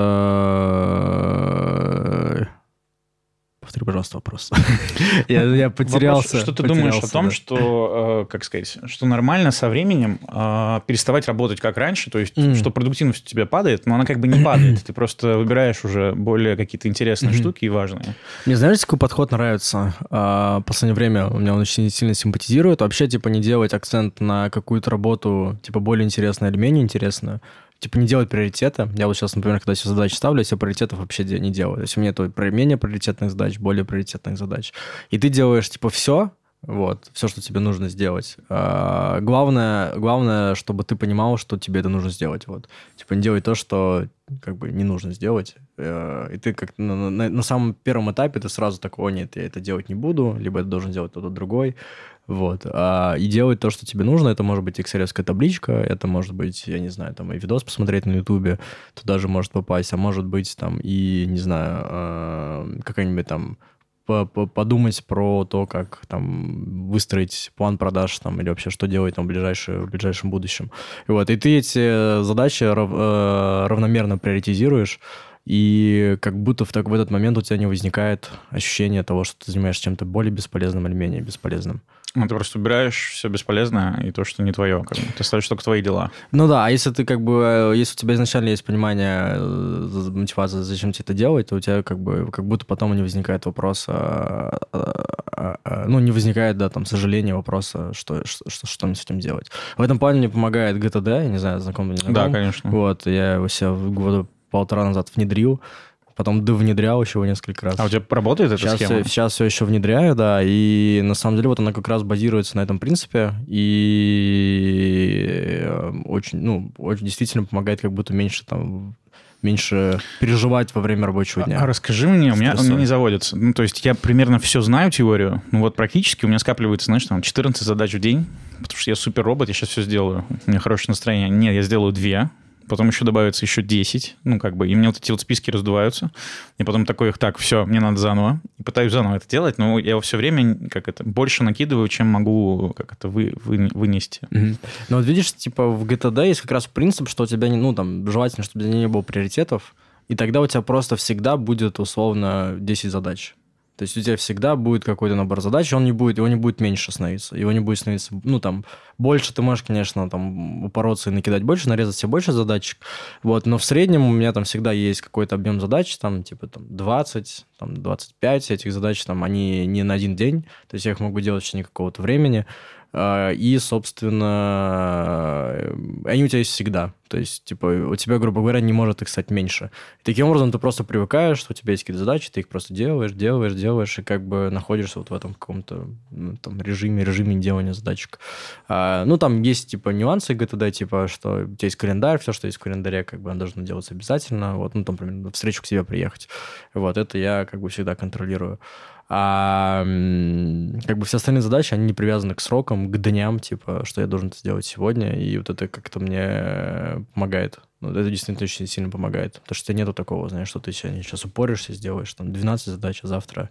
Э, повтори, пожалуйста, вопрос. я, я потерялся. Вопрос, что ты думаешь о том, да. что, э, как сказать, что нормально со временем э, переставать работать как раньше, то есть, mm. что продуктивность у тебя падает, но она как бы не падает. Ты просто выбираешь уже более какие-то интересные mm-hmm. штуки и важные. Мне, знаешь, какой подход нравится? В последнее время у меня он очень сильно симпатизирует. Вообще, типа, не делать акцент на какую-то работу, типа, более интересную или менее интересную. Типа не делать приоритеты. Я вот сейчас, например, когда себе задачи ставлю, я себе приоритетов вообще не делаю. То есть у меня то менее приоритетных задач, более приоритетных задач. И ты делаешь, типа, все, вот, все, что тебе нужно сделать. А, главное, главное, чтобы ты понимал, что тебе это нужно сделать. Вот. Типа не делай то, что как бы не нужно сделать. И ты как на, на, на самом первом этапе ты сразу такой, о, нет, я это делать не буду, либо это должен делать кто-то другой. Вот. А, и делать то, что тебе нужно. Это может быть экселевская табличка, это может быть, я не знаю, там и видос посмотреть на Ютубе, туда же может попасть, а может быть там и, не знаю, какая-нибудь там подумать про то, как там выстроить план продаж там, или вообще что делать там, в, ближайшее, в ближайшем будущем. И, вот, и ты эти задачи рав, равномерно приоритизируешь, и как будто в, так, в этот момент у тебя не возникает ощущение того, что ты занимаешься чем-то более бесполезным или менее бесполезным. Ну, ты просто убираешь все бесполезное и то, что не твое. Как бы. Ты ставишь только твои дела. Ну да, а если ты как бы, если у тебя изначально есть понимание, мотивация, зачем тебе это делать, то у тебя как бы, как будто потом не возникает вопроса, ну, не возникает, да, там, сожаления, вопроса, что, что, что мне с этим делать. В этом плане мне помогает джи ти ди, я не знаю, знаком или не знаком. Да, конечно. Вот, я его себе года полтора назад внедрил, потом довнедрял еще его несколько раз. А у тебя работает эта сейчас, схема? Сейчас все еще внедряю, да, и на самом деле вот она как раз базируется на этом принципе, и очень, ну, очень действительно помогает как будто меньше там, меньше переживать во время рабочего дня. А, а расскажи мне, у меня, у меня не заводится. Ну, то есть я примерно все знаю теорию, ну вот практически у меня скапливается, знаешь, там четырнадцать задач в день, потому что я супер-робот, я сейчас все сделаю. У меня хорошее настроение. Нет, я сделаю две. Потом еще добавится еще десять, ну, как бы, и мне вот эти вот списки раздуваются, и потом такой их, так, все, мне надо заново, и пытаюсь заново это делать, но я все время, как это, больше накидываю, чем могу, как это, вы, вы, вынести. Mm-hmm. Ну, вот видишь, типа, в джи ти ди есть как раз принцип, что у тебя, не, ну, там, желательно, чтобы у тебя не было приоритетов, и тогда у тебя просто всегда будет, условно, десять задач. То есть у тебя всегда будет какой-то набор задач, он не будет, его не будет меньше становиться, его не будет становиться, ну, там, больше ты можешь, конечно, там, упороться и накидать больше, нарезать себе больше задачек, вот, но в среднем у меня там всегда есть какой-то объем задач, там, типа, там, двадцать, там, двадцать пять этих задач, там, они не на один день, то есть я их могу делать в течение какого-то времени, и, собственно, они у тебя есть всегда. То есть, типа, у тебя, грубо говоря, не может их стать меньше. И таким образом ты просто привыкаешь, что у тебя есть какие-то задачи, ты их просто делаешь, делаешь, делаешь, и как бы находишься вот в этом каком-то, ну, там, режиме, режиме делания задачек. А, ну, там есть, типа, нюансы джи ти ди, типа, что у тебя есть календарь, все, что есть в календаре, как бы, должно делаться обязательно. Вот, ну, там, например, на встречу к тебе приехать. Вот, это я, как бы, всегда контролирую. А как бы все остальные задачи, они не привязаны к срокам, к дням, типа, что я должен это сделать сегодня, и вот это как-то мне помогает. Ну, это действительно очень сильно помогает, потому что у тебя нету такого, знаешь, что ты сегодня сейчас упоришься, сделаешь там двенадцать задач, а завтра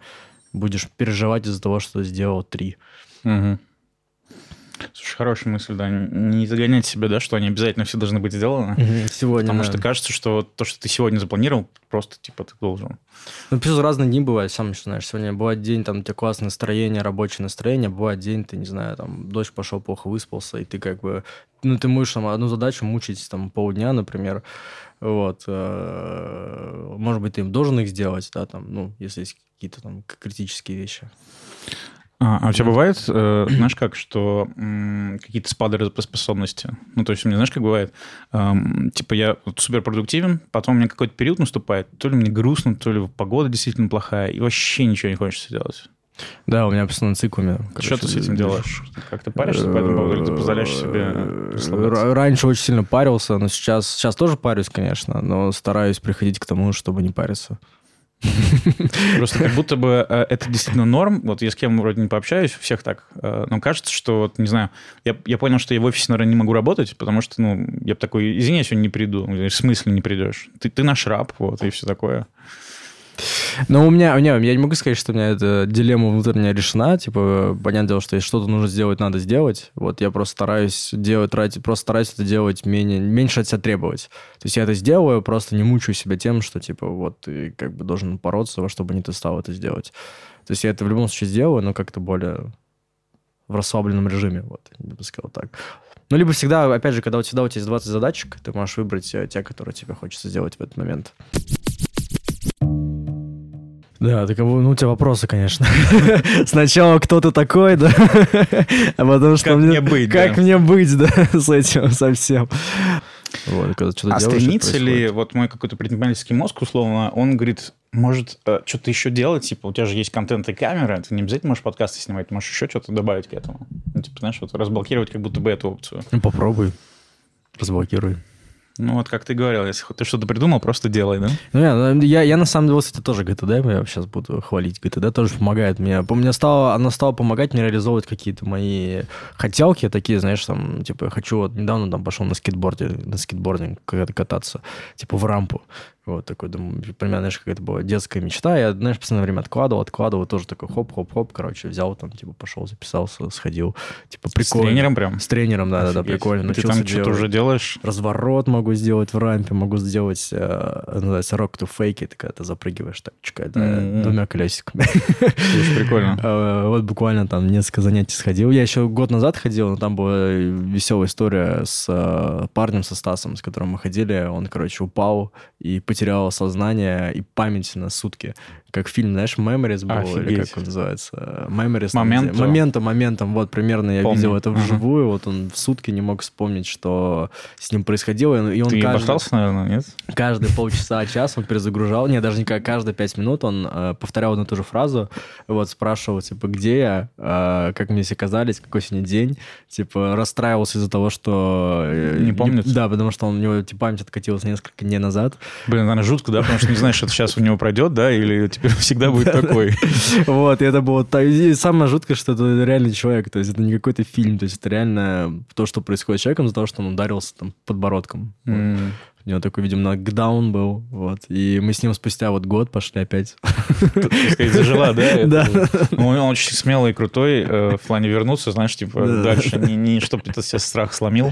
будешь переживать из-за того, что сделал три. Угу. Слушай, хорошая мысль, да. Не загонять себя, да, что они обязательно все должны быть сделаны. Угу. Сегодня, Потому да. что кажется, что то, что ты сегодня запланировал, просто типа ты должен. Ну, плюс разные дни бывают, сам что знаешь. Сегодня бывает день, там, у тебя классное настроение, рабочее настроение, бывает день, ты, не знаю, там, дождь пошел, плохо выспался, и ты как бы, ну, ты можешь там одну задачу мучить, там, полдня, например, вот. Может быть, ты им должен их сделать, да, там, ну, если есть какие-то там критические вещи. А, а у тебя бывает, э, знаешь как, что м, какие-то спады работоспособности? Ну, то есть у меня, знаешь, как бывает, эм, типа я вот суперпродуктивен, потом у меня какой-то период наступает, то ли мне грустно, то ли погода действительно плохая, и вообще ничего не хочется делать. Да, у меня постоянно циклами. Что ты с этим делаешь? Как ты паришься по этому поводу, или ты позволяешь себе расслабляться? Раньше очень сильно парился, но сейчас, сейчас тоже парюсь, конечно, но стараюсь приходить к тому, чтобы не париться. Просто как будто бы э, это действительно норм. Вот я с кем вроде не пообщаюсь, у всех так. Э, но кажется, что, вот, не знаю, я, я понял, что я в офисе, наверное, не могу работать, потому что, ну, я бы такой, извини, я сегодня не приду. В смысле не придешь? Ты, ты наш раб, вот, и все такое. Ну, у меня, у меня, я не могу сказать, что у меня эта дилемма внутренняя решена. Типа, понятное дело, что если что-то нужно сделать, надо сделать. Вот я просто стараюсь делать, тратить, просто стараюсь это делать менее, меньше от себя требовать. То есть я это сделаю, просто не мучаю себя тем, что, типа, вот ты как бы должен бороться, во что бы ни ты стал это сделать. То есть я это в любом случае сделаю, но как-то более в расслабленном режиме, вот, я бы сказал так. Ну, либо всегда, опять же, когда у тебя, у тебя есть двадцать задачек, ты можешь выбрать те, которые тебе хочется сделать в этот момент. Да, так ну, у тебя вопросы, конечно. Сначала кто ты такой, да, а потом что как мне быть, как да. мне быть, да, с этим совсем. Вот, когда что-то а делаешь, стремится ли вот мой какой-то предпринимательский мозг, условно, он говорит, может э, что-то еще делать, типа, у тебя же есть контент и камера, ты не обязательно можешь подкасты снимать, ты можешь еще что-то добавить к этому. Ну, типа, знаешь, вот разблокировать как будто бы эту опцию. Ну, попробуй, разблокируй. Ну, вот как ты говорил, если ты что-то придумал, просто делай, да? Ну, я, я, я на самом деле, кстати, тоже джи ти ди, я сейчас буду хвалить. джи ти ди тоже помогает мне. Мне стало, она стала помогать мне реализовывать какие-то мои хотелки, такие, знаешь, там, типа, я хочу, вот недавно там пошел на скейтборде, на скейтбординг когда-то кататься, типа, в рампу. Вот такой, думаю, примерно, знаешь, какая-то была детская мечта. Я, знаешь, в постоянное время откладывал, откладывал, тоже такой хоп-хоп-хоп, короче, взял там, типа, пошел, записался, сходил. Типа, прикольно. С тренером прям? С тренером, да-да-да, прикольно. Ты там что-то уже делаешь? Разворот могу сделать в рампе, могу сделать, э, называется, rock to fake, это когда ты запрыгиваешь так, чекай, да, mm-hmm. двумя колесиками. Слушай, прикольно. Вот буквально там несколько занятий сходил. Я еще год назад ходил, но там была веселая история с парнем, со Стасом, с которым мы ходили. Он, короче, упал и потерял сознание и память на сутки. Как фильм, знаешь, Memories был, Офигеть. или как он называется? Memories. Моментум. Моментом, моментом. Вот примерно я Помню. видел это Ага. вживую. Вот он в сутки не мог вспомнить, что с ним происходило. И он Ты каждый, бахтался, наверное, нет? каждые полчаса, час он перезагружал. Не, даже не как каждые пять минут он э, повторял одну и ту же фразу. Вот спрашивал, типа, где я, э, как мне все казались, какой сегодня день. Типа, расстраивался из-за того, что... э, Не помнит? Да, потому что он, у него типа, память откатилась несколько дней назад. Блин, наверное, жутко, да? Потому что не знаешь, что это сейчас у него пройдет, да? Или теперь всегда будет такой. Вот, и это было... та- и самое жуткое, что это реальный человек, то есть это не какой-то фильм, то есть это реально то, что происходит с человеком из-за того, что он ударился там подбородком. Вот. М. У него такой, видимо, нокдаун был, вот, и мы с ним спустя вот год пошли опять. Так сказать, зажила, да? Это- Да. Ну, он очень смелый и крутой э, в плане вернуться, знаешь, типа Да. дальше. Не, не чтобы ты себе страх сломил.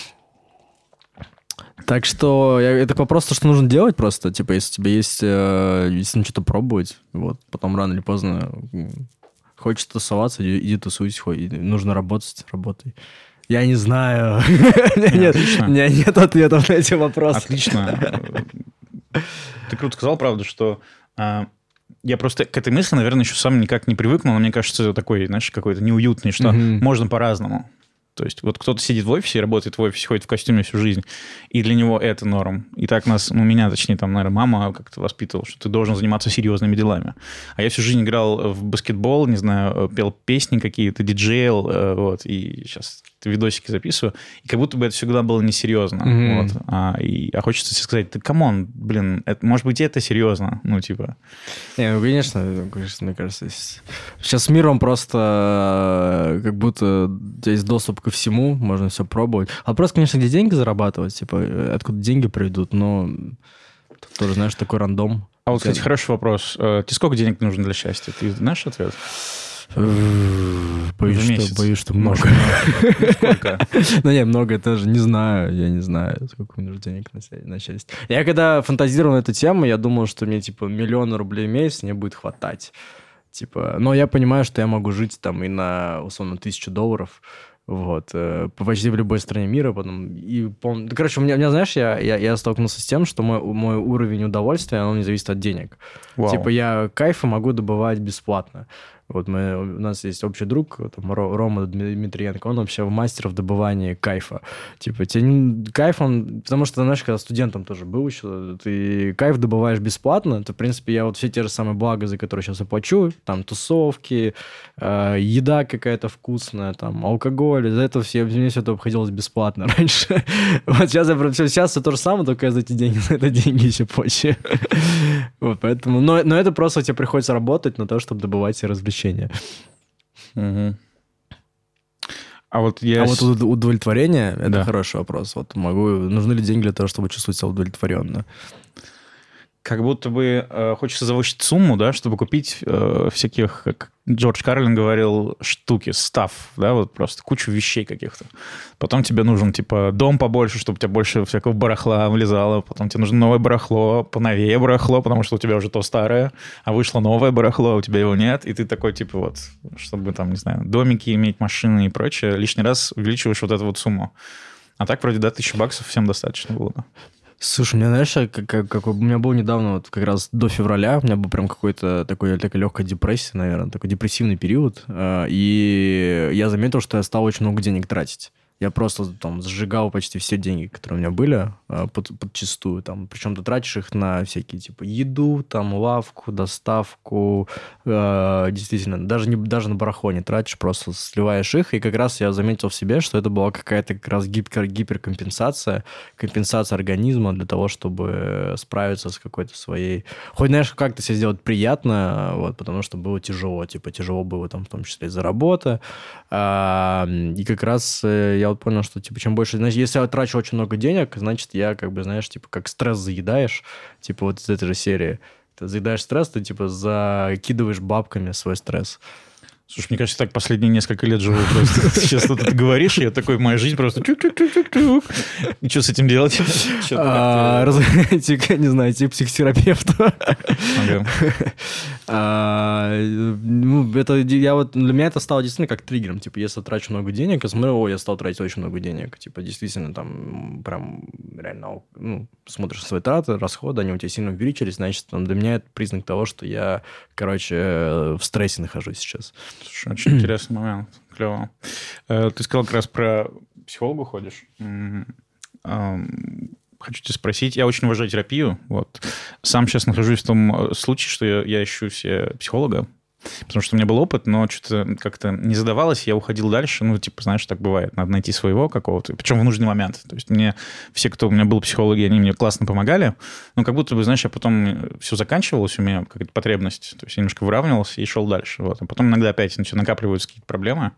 Так что я, это вопрос, то, что нужно делать просто, типа, если тебе есть, э, если что-то пробовать, вот, потом рано или поздно м, хочешь тусоваться, иди, иди тусуйся, хоть, и нужно работать, работай. Я не знаю. У меня нет- отлично. у меня нет ответов на эти вопросы. Отлично. Ты круто сказал, правда, что а, я просто к этой мысли, наверное, еще сам никак не привыкнул, но мне кажется, такой, знаешь, какой-то неуютный, что Мгм. можно по-разному. То есть вот кто-то сидит в офисе, работает в офисе, ходит в костюме всю жизнь, и для него это норм. И так нас, ну, меня, точнее, там, наверное, мама как-то воспитывала, что ты должен заниматься серьезными делами. А я всю жизнь играл в баскетбол, не знаю, пел песни какие-то, диджейл, э, вот, и сейчас какие-то видосики записываю, и как будто бы это всегда было несерьезно. Мгм. Вот. А, и, а хочется себе сказать, ты камон, блин, это, может быть, это серьезно, ну, типа... Не, ну, конечно, конечно, мне кажется, есть- сейчас с миром просто э, как будто у тебя есть доступ ко всему, можно все пробовать. Вопрос, конечно, где деньги зарабатывать, типа, э, откуда деньги придут, но тут тоже, знаешь, такой рандом. А вот, кстати, хороший вопрос. Тебе сколько денег нужно для счастья? Ты знаешь ответ? Боюсь, что, боюсь, что много. Сколько? Ну, не, много тоже не знаю. Я не знаю, сколько мне нужно денег на счастье. Я когда фантазировал на эту тему, я думал, что мне, типа, миллион рублей в месяц мне будет хватать. Типа, но я понимаю, что я могу жить там и на, условно, тысячу долларов. Вот, почти в любой стране мира потом. И, пом... Короче, у меня, у меня знаешь, я, я, я столкнулся с тем, что мой, мой уровень удовольствия, он не зависит от денег. Вау. Типа, я кайфа могу добывать бесплатно. Вот мы, у нас есть общий друг, там, Рома Дмитриенко, он вообще мастер в добывании кайфа. Типа, тебе кайф, он... Потому что, знаешь, когда студентом тоже был еще, ты кайф добываешь бесплатно, то, в принципе, я вот все те же самые блага, за которые сейчас оплачу, там, тусовки, э, еда какая-то вкусная, там, алкоголь, из-за этого все, мне все это обходилось бесплатно раньше. Вот сейчас я все, сейчас все то же самое, только я за эти деньги, за это деньги еще плачу. Вот, поэтому... Но, но это просто тебе приходится работать на то, чтобы добывать себе развлечения. Угу. А вот я... А вот удовлетворение, это да. Хороший вопрос. Вот могу... Нужны ли деньги для того, чтобы чувствовать себя удовлетворенно? Как будто бы э, хочется завышить сумму, да, чтобы купить э, всяких, как Джордж Карлин говорил, штуки, стаф, да, вот просто кучу вещей каких-то. Потом тебе нужен, типа, дом побольше, чтобы у тебя больше всякого барахла влезало. Потом тебе нужно новое барахло, поновее барахло, потому что у тебя уже то старое, а вышло новое барахло, а у тебя его нет. И ты такой, типа, вот, чтобы там, не знаю, домики иметь, машины и прочее, лишний раз увеличиваешь вот эту вот сумму. А так вроде, да, тысячи баксов всем достаточно было бы. Слушай, у меня, знаешь, как, как, как у меня был недавно, вот как раз до февраля, у меня был прям какой-то такой, такая легкая депрессия, наверное, такой депрессивный период, и я заметил, что я стал очень много денег тратить. Я просто там сжигал почти все деньги, которые у меня были, под, подчистую. Там, причем ты тратишь их на всякие, типа, еду, там, лавку, доставку. Э, действительно, даже, не, даже на барахло не тратишь, просто сливаешь их. И как раз я заметил в себе, что это была какая-то как раз гипер, гиперкомпенсация, компенсация организма для того, чтобы справиться с какой-то своей... Хоть, знаешь, как-то себе сделать приятно, вот, потому что было тяжело. Типа, тяжело было там, в том числе из-за работы. А, и как раз я вот понял, что, типа, чем больше... Значит, если я трачу очень много денег, значит, я, как бы, знаешь, типа, как стресс заедаешь, типа, вот из этой же серии. Ты заедаешь стресс, ты, типа, закидываешь бабками свой стресс. Слушай, мне кажется, так последние несколько лет живу просто. Сейчас что ты говоришь, и я такой, моя жизнь просто... чук-чук-чук-чук. И что с этим делать? Не знаю, идти к психотерапевту. Ну, это я вот... Для меня это стало действительно как триггером. Типа, если трачу много денег, я смотрю, о, я стал тратить очень много денег. Типа, действительно, там, прям реально, ну, смотришь свои траты, расходы, они у тебя сильно увеличились, значит, там, для меня это признак того, что я, короче, в стрессе нахожусь сейчас. Слушай, очень интересный момент. Клево. Ты сказал как раз про психолога ходишь. Хочу тебя спросить. Я очень уважаю терапию. Вот. Сам сейчас нахожусь в том случае, что я, я ищу себе психолога, потому что у меня был опыт, но что-то как-то не задавалось, я уходил дальше. Ну, типа, знаешь, так бывает. Надо найти своего какого-то. Причем в нужный момент. То есть мне все, кто у меня был психологи, они мне классно помогали. Но как будто бы, знаешь, я потом все заканчивалось, у меня какая-то потребность. То есть я немножко выравнивался и шел дальше. Вот. А потом иногда опять накапливаются какие-то проблемы.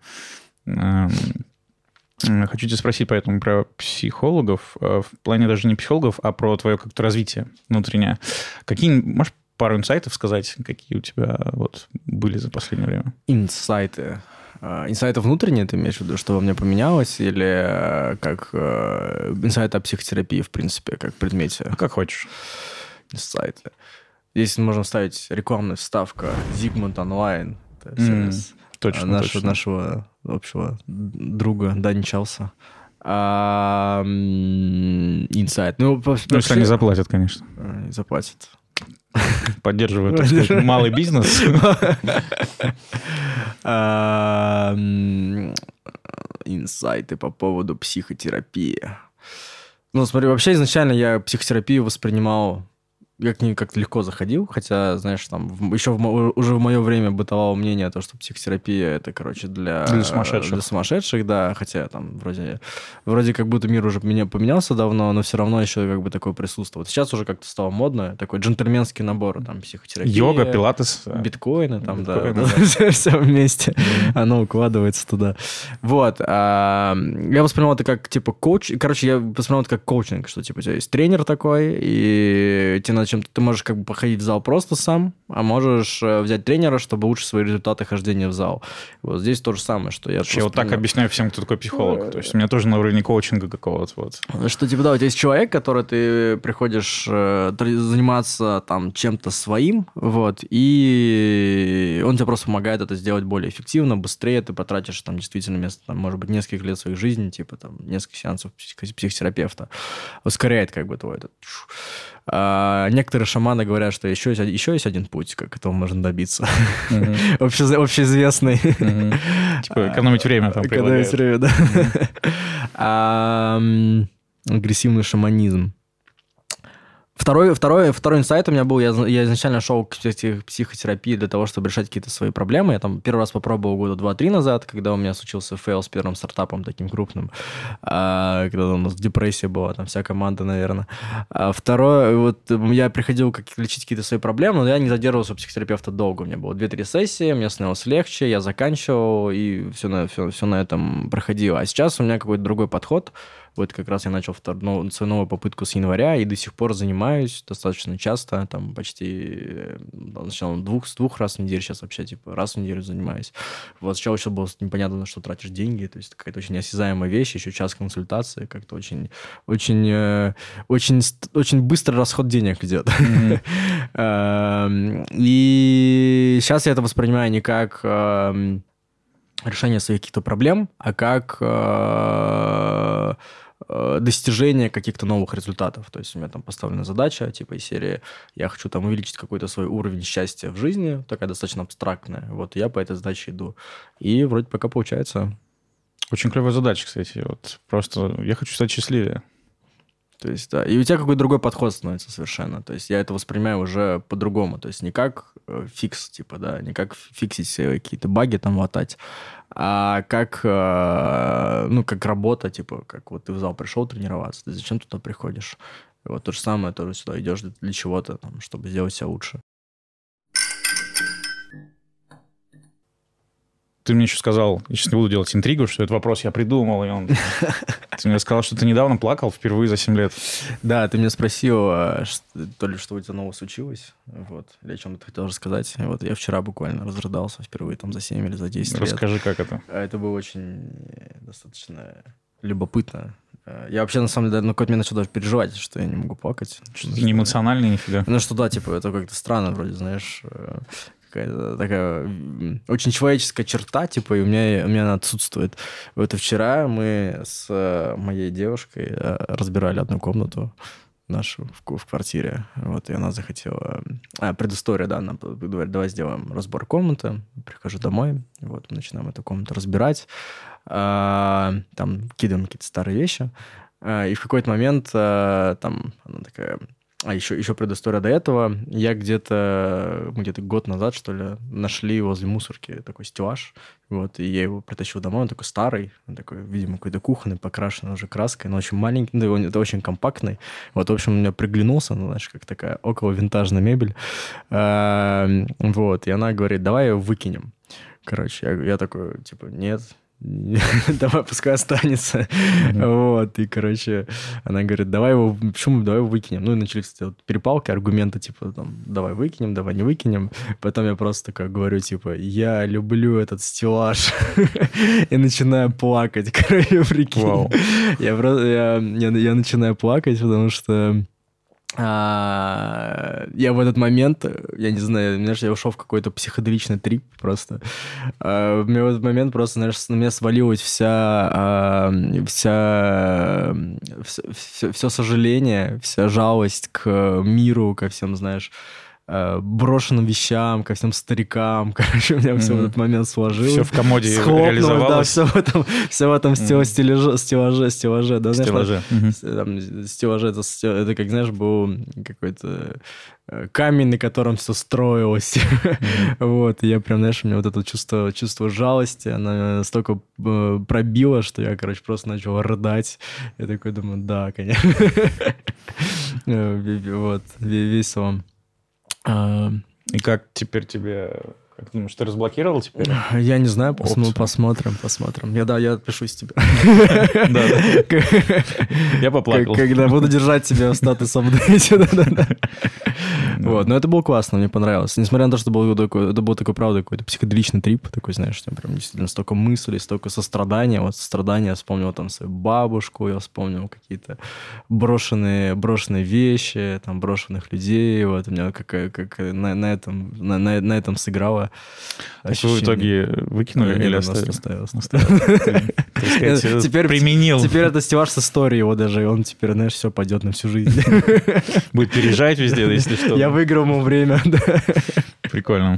Хочу тебя спросить поэтому про психологов, в плане даже не психологов, а про твое как-то развитие внутреннее. Какие, можешь пару инсайтов сказать, какие у тебя вот были за последнее время? Инсайты. Инсайты внутренние, ты имеешь в виду, что во мне поменялось, или как инсайты о психотерапии, в принципе, как предмете? А как хочешь. Инсайты. Здесь можно ставить рекламная вставка Zigmund Online. Сервис. Mm. Точно, Наш, точно. Нашего общего друга Дани Чалса. А, инсайт. Ну, ну если все... они заплатят, конечно. Не заплатят. Поддерживают, так сказать, малый бизнес. Инсайты по поводу психотерапии. Ну, смотри, вообще изначально я психотерапию воспринимал... Я к ней как-то легко заходил, хотя, знаешь, там в, еще в, уже в мое время бытовало мнение, то, что психотерапия это, короче, для, для сумасшедших. Для сумасшедших, да, хотя там вроде, вроде как будто мир уже меня поменялся давно, но все равно еще как бы такое присутствует. Сейчас уже как-то стало модно, такой джентльменский набор, там, психотерапия. Йога, пилатес. Биткоины, там, биткоины, да, да. все, все вместе, оно укладывается туда. Вот. А, я воспринимал это как, типа, коуч, короче, я воспринимал это как коучинг, что, типа, у тебя есть тренер такой, и тебе надо зачем ты можешь как бы походить в зал просто сам, а можешь взять тренера, чтобы улучшить свои результаты хождения в зал. Вот здесь то же самое, что я... Я вот так объясняю всем, кто такой психолог. То есть у меня тоже на уровне коучинга какого-то вот. Что типа, да, у тебя есть человек, который ты приходишь э, заниматься там чем-то своим, вот, и он тебе просто помогает это сделать более эффективно, быстрее, ты потратишь там действительно вместо, там, может быть, нескольких лет своей жизни, типа там несколько сеансов псих- психотерапевта, ускоряет как бы твой этот... А некоторые шаманы говорят, что еще есть, еще есть один путь, как этого можно добиться. Mm-hmm. Обще, общеизвестный. Mm-hmm. Типа экономить время там предлагают. Экономить время, да. Mm-hmm. Агрессивный шаманизм. Второй, второй, второй инсайт у меня был, я, я изначально шел к психотерапии для того, чтобы решать какие-то свои проблемы. Я там первый раз попробовал года два-три назад, когда у меня случился фейл с первым стартапом таким крупным, а, когда у нас депрессия была, там вся команда, наверное. А второе, вот я приходил как, лечить какие-то свои проблемы, но я не задерживался у психотерапевта долго. У меня было две-три сессии, мне становилось легче, я заканчивал, и все на, все, все на этом проходило. А сейчас у меня какой-то другой подход. Вот как раз я начал втор... ну, свою новую попытку с января и до сих пор занимаюсь достаточно часто, там почти сначала двух, с двух раз в неделю, сейчас вообще типа раз в неделю занимаюсь. Вот сначала еще было непонятно, на что тратишь деньги, то есть какая-то очень осязаемая вещь, еще час консультации, как-то очень, очень, очень, очень быстрый расход денег идет. И сейчас я это воспринимаю не как решение своих каких-то проблем, а как э, э, достижение каких-то новых результатов. То есть у меня там поставлена задача, типа из серии «я хочу там увеличить какой-то свой уровень счастья в жизни», такая достаточно абстрактная. Вот я по этой задаче иду. И вроде пока получается. Очень клевая задача, кстати. Вот просто я хочу стать счастливее. То есть, да, и у тебя какой-то другой подход становится совершенно. То есть я это воспринимаю уже по-другому. То есть не как э, фикс, типа, да, не как фиксить все какие-то баги там латать, а как, э, ну, как работа, типа, как вот ты в зал пришел тренироваться, ты зачем туда приходишь? И вот то же самое, тоже сюда идешь для, для чего-то, там, чтобы сделать себя лучше. Ты мне еще сказал, я сейчас не буду делать интригу, что этот вопрос я придумал, и он... Ты мне сказал, что ты недавно плакал впервые за семь лет. Да, ты меня спросил, то ли что у тебя нового случилось, вот, или о чем ты хотел рассказать. И вот я вчера буквально разрыдался впервые там за семь или за десять лет. Расскажи, как это. Это было очень достаточно любопытно. Я вообще, на самом деле, на какой-то момент начал даже переживать, что я не могу плакать. Что ты не эмоциональный нифига. Ну что да, типа, это как-то странно вроде, знаешь... какая-то такая очень человеческая черта, типа, и у меня, у меня она отсутствует. Вот и вчера мы с моей девушкой разбирали одну комнату нашу в, в квартире, вот, и она захотела... А, предыстория, да, она говорит, давай сделаем разбор комнаты. Прихожу домой, вот, мы начинаем эту комнату разбирать, а, там кидаем какие-то старые вещи, а, и в какой-то момент а, там она такая... А еще, еще предыстория до этого. Я где-то, где-то год назад, что ли, нашли возле мусорки такой стеллаж. Вот, и я его притащил домой. Он такой старый, он такой, видимо, какой-то кухонный, покрашенный уже краской, но очень маленький, да, он, это очень компактный. Вот, в общем, он мне приглянулся, ну, знаешь, как такая около винтажная мебель. А, вот, и она говорит, давай ее выкинем. Короче, я, я такой, типа, нет, давай, пускай останется. Mm-hmm. Вот, и, короче, она говорит, давай его, почему, давай его выкинем. Ну, и начались вот перепалки, аргументы, типа, там, давай выкинем, давай не выкинем. Потом я просто такой говорю, типа, я люблю этот стеллаж. И начинаю плакать, короче, прикинь. Wow. Я, просто, я, я, я начинаю плакать, потому что А, я в этот момент, я не знаю, знаешь, я ушел в какой-то психоделичный трип просто. А, у меня в этот момент просто, знаешь, на меня свалилась вся, а, вся, все, все, все сожаление, вся жалость к миру, ко всем, знаешь, брошенным вещам, ко всем старикам. Короче, у меня mm-hmm. все в этот момент сложилось. Все в комоде реализовалось. Да, все в этом, все в этом mm-hmm. стеллаже, стеллаже, стеллаже. Да, стеллаже. Знаешь, mm-hmm. там, стеллаже, это, это, как, знаешь, был какой-то камень, на котором все строилось. Mm-hmm. Вот, и я прям, знаешь, у меня вот это чувство, чувство жалости, оно настолько пробило, что я, короче, просто начал рыдать. Я такой думаю, да, конечно. Вот, весело. И как теперь тебе... Как ты думаешь, ты разблокировал теперь? Я не знаю, пос- посмотрим, посмотрим. Я, да, я отпишусь тебе. Да, Я поплакал. Когда буду держать тебя в статус апдейте. Вот, но это было классно, мне понравилось. Несмотря на то, что был такой, это был такой, правда, какой-то психоделичный трип, такой, знаешь, там прям действительно столько мыслей, столько сострадания. Вот сострадания я вспомнил там свою бабушку, я вспомнил какие-то брошенные, брошенные вещи, там, брошенных людей. Вот, у меня как, как на, на, этом, на, на, на этом сыграло. Так вы в итоге выкинули или оставили? Теперь применил. Теперь это стеллаж с историей его даже, и он теперь, знаешь, все пойдет на всю жизнь. Будет переезжать везде, если что. Я выиграл ему время, да. Прикольно.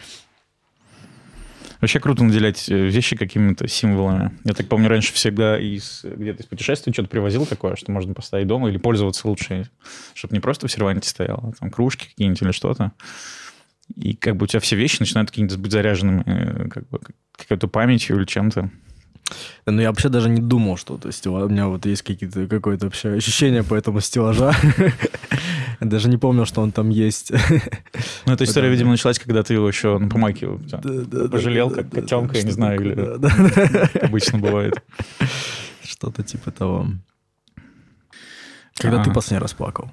Вообще круто наделять вещи какими-то символами. Я так помню, раньше всегда из, где-то из путешествий что-то привозил такое, что можно поставить дома или пользоваться лучше, чтобы не просто в серванте стояло, а там кружки какие-нибудь или что-то. И как бы у тебя все вещи начинают какими-то быть заряженными, как бы какой-то памятью или чем-то. Ну, я вообще даже не думал, что то есть, у меня вот есть какие-то, какое-то вообще ощущение по этому стеллажа. Я даже не помнил, что он там есть. Ну, эта история, видимо, началась, когда ты его еще на помойке пожалел, как котенка, я не знаю, или как обычно бывает. Что-то типа того. Когда ты последний раз плакал?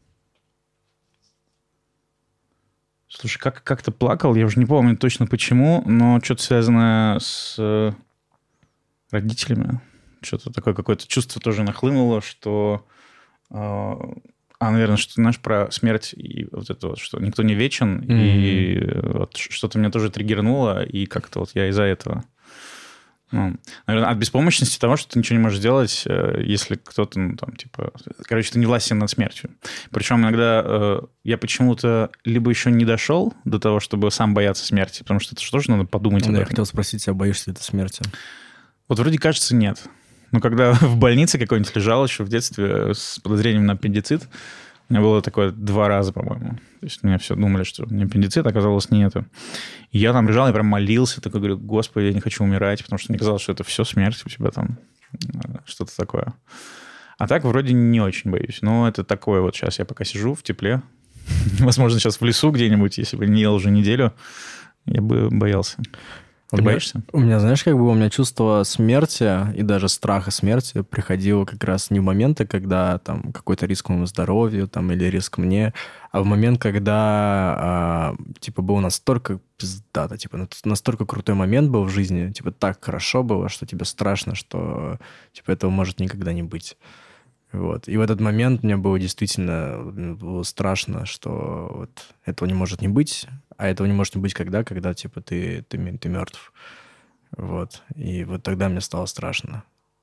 Слушай, как, как-то плакал, я уже не помню точно почему, но что-то связанное с родителями. Что-то такое, какое-то чувство тоже нахлынуло, что... А, наверное, что, знаешь, про смерть и вот это вот, что никто не вечен, mm-hmm. и вот что-то меня тоже триггернуло, и как-то вот я из-за этого... Ну, наверное, от беспомощности того, что ты ничего не можешь сделать, если кто-то, ну, там, типа... Короче, ты не властен над смертью. Причем иногда э, я почему-то либо еще не дошел до того, чтобы сам бояться смерти, потому что это же тоже надо подумать об этом. Я хотел спросить тебя, боишься ли ты смерти? Вот вроде кажется, нет. Но когда в больнице какой-нибудь лежал еще в детстве с подозрением на аппендицит, у меня было такое два раза, по-моему. То есть меня все думали, что у меня аппендицит, оказалось, не это. И я там лежал, я прям молился, такой говорю, Господи, я не хочу умирать, потому что мне казалось, что это все смерть у тебя там, что-то такое. А так вроде не очень боюсь. Но это такое вот сейчас я пока сижу в тепле. Возможно, сейчас в лесу где-нибудь, если бы не ел уже неделю, я бы боялся. Ты у боишься? Меня, у меня, знаешь, как бы у меня чувство смерти и даже страха смерти приходило как раз не в моменты, когда там какой-то риск моему здоровью там, или риск мне, а в момент, когда а, типа был настолько пиздато, типа настолько крутой момент был в жизни, типа так хорошо было, что тебе страшно, что типа этого может никогда не быть. Вот. И в этот момент мне было действительно было страшно, что вот этого не может не быть, а этого не может не быть когда, когда типа ты, ты, ты мертв. Вот. И вот тогда мне стало страшно.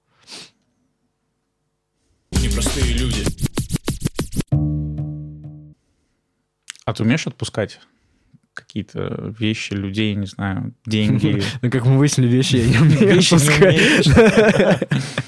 Непростые люди. А ты умеешь отпускать какие-то вещи, людей, не знаю, деньги? Ну, как мы выяснили, вещи я не умею отпускать.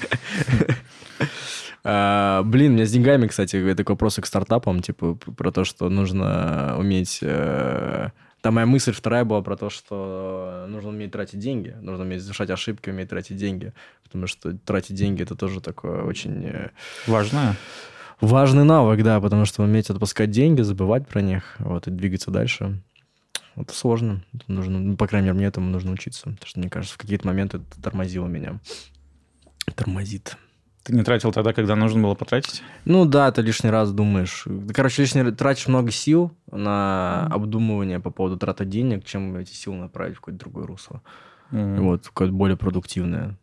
Uh, блин, у меня с деньгами, кстати, это к вопросу к стартапам, типа, про то, что нужно уметь... Uh, там моя мысль вторая была про то, что нужно уметь тратить деньги, нужно уметь совершать ошибки, уметь тратить деньги, потому что тратить деньги — это тоже такое очень... Важное. Важный навык, да, потому что уметь отпускать деньги, забывать про них, вот, и двигаться дальше. Это сложно. Это нужно, ну, по крайней мере, мне этому нужно учиться, потому что, мне кажется, в какие-то моменты это тормозило меня. Тормозит. Ты не тратил тогда, когда нужно было потратить? Ну да, ты лишний раз думаешь. Короче, лишний тратишь много сил на обдумывание по поводу траты денег, чем эти силы направить в какое-то другое русло. Mm-hmm. Вот, какое-то более продуктивное.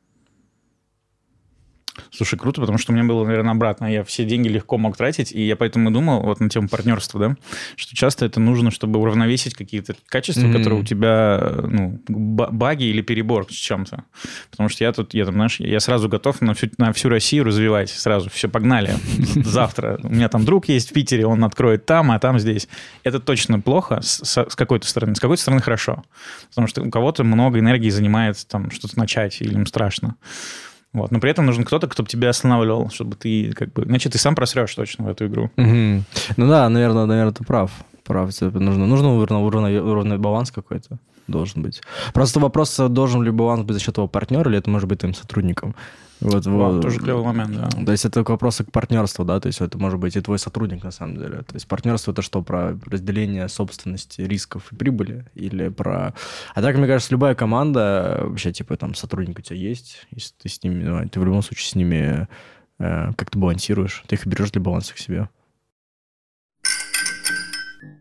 Слушай, круто, потому что у меня было, наверное, обратно. Я все деньги легко мог тратить, и я поэтому думал вот на тему партнерства, да, что часто это нужно, чтобы уравновесить какие-то качества, mm-hmm. которые у тебя, ну, баги или перебор с чем-то. Потому что я тут, я там, знаешь, я сразу готов на всю, на всю Россию развивать сразу. Все, погнали. Завтра. У меня там друг есть в Питере, он откроет там, а там здесь. Это точно плохо с, с какой-то стороны. С какой-то стороны хорошо. Потому что у кого-то много энергии занимает там что-то начать, или им страшно. Вот. Но при этом нужен кто-то, кто бы тебя останавливал, чтобы ты как бы... Иначе ты сам просрешь точно в эту игру. Угу. Ну да, наверное, наверное, ты прав. Прав. Нужно, нужно уровный, уровный баланс какой-то должен быть. Просто вопрос, должен ли баланс быть за счет его партнера, или это может быть твоим сотрудником. Вот, Вау, вот. Тоже клевый момент, да. То есть это к вопросу к партнерству, да, то есть это может быть и твой сотрудник на самом деле. То есть партнерство — это что, про разделение собственности, рисков и прибыли? Или про... А так, мне кажется, любая команда, вообще, типа, там, сотрудник у тебя есть, если ты с ними, ну, ты в любом случае с ними э, как-то балансируешь, ты их берешь для баланса к себе.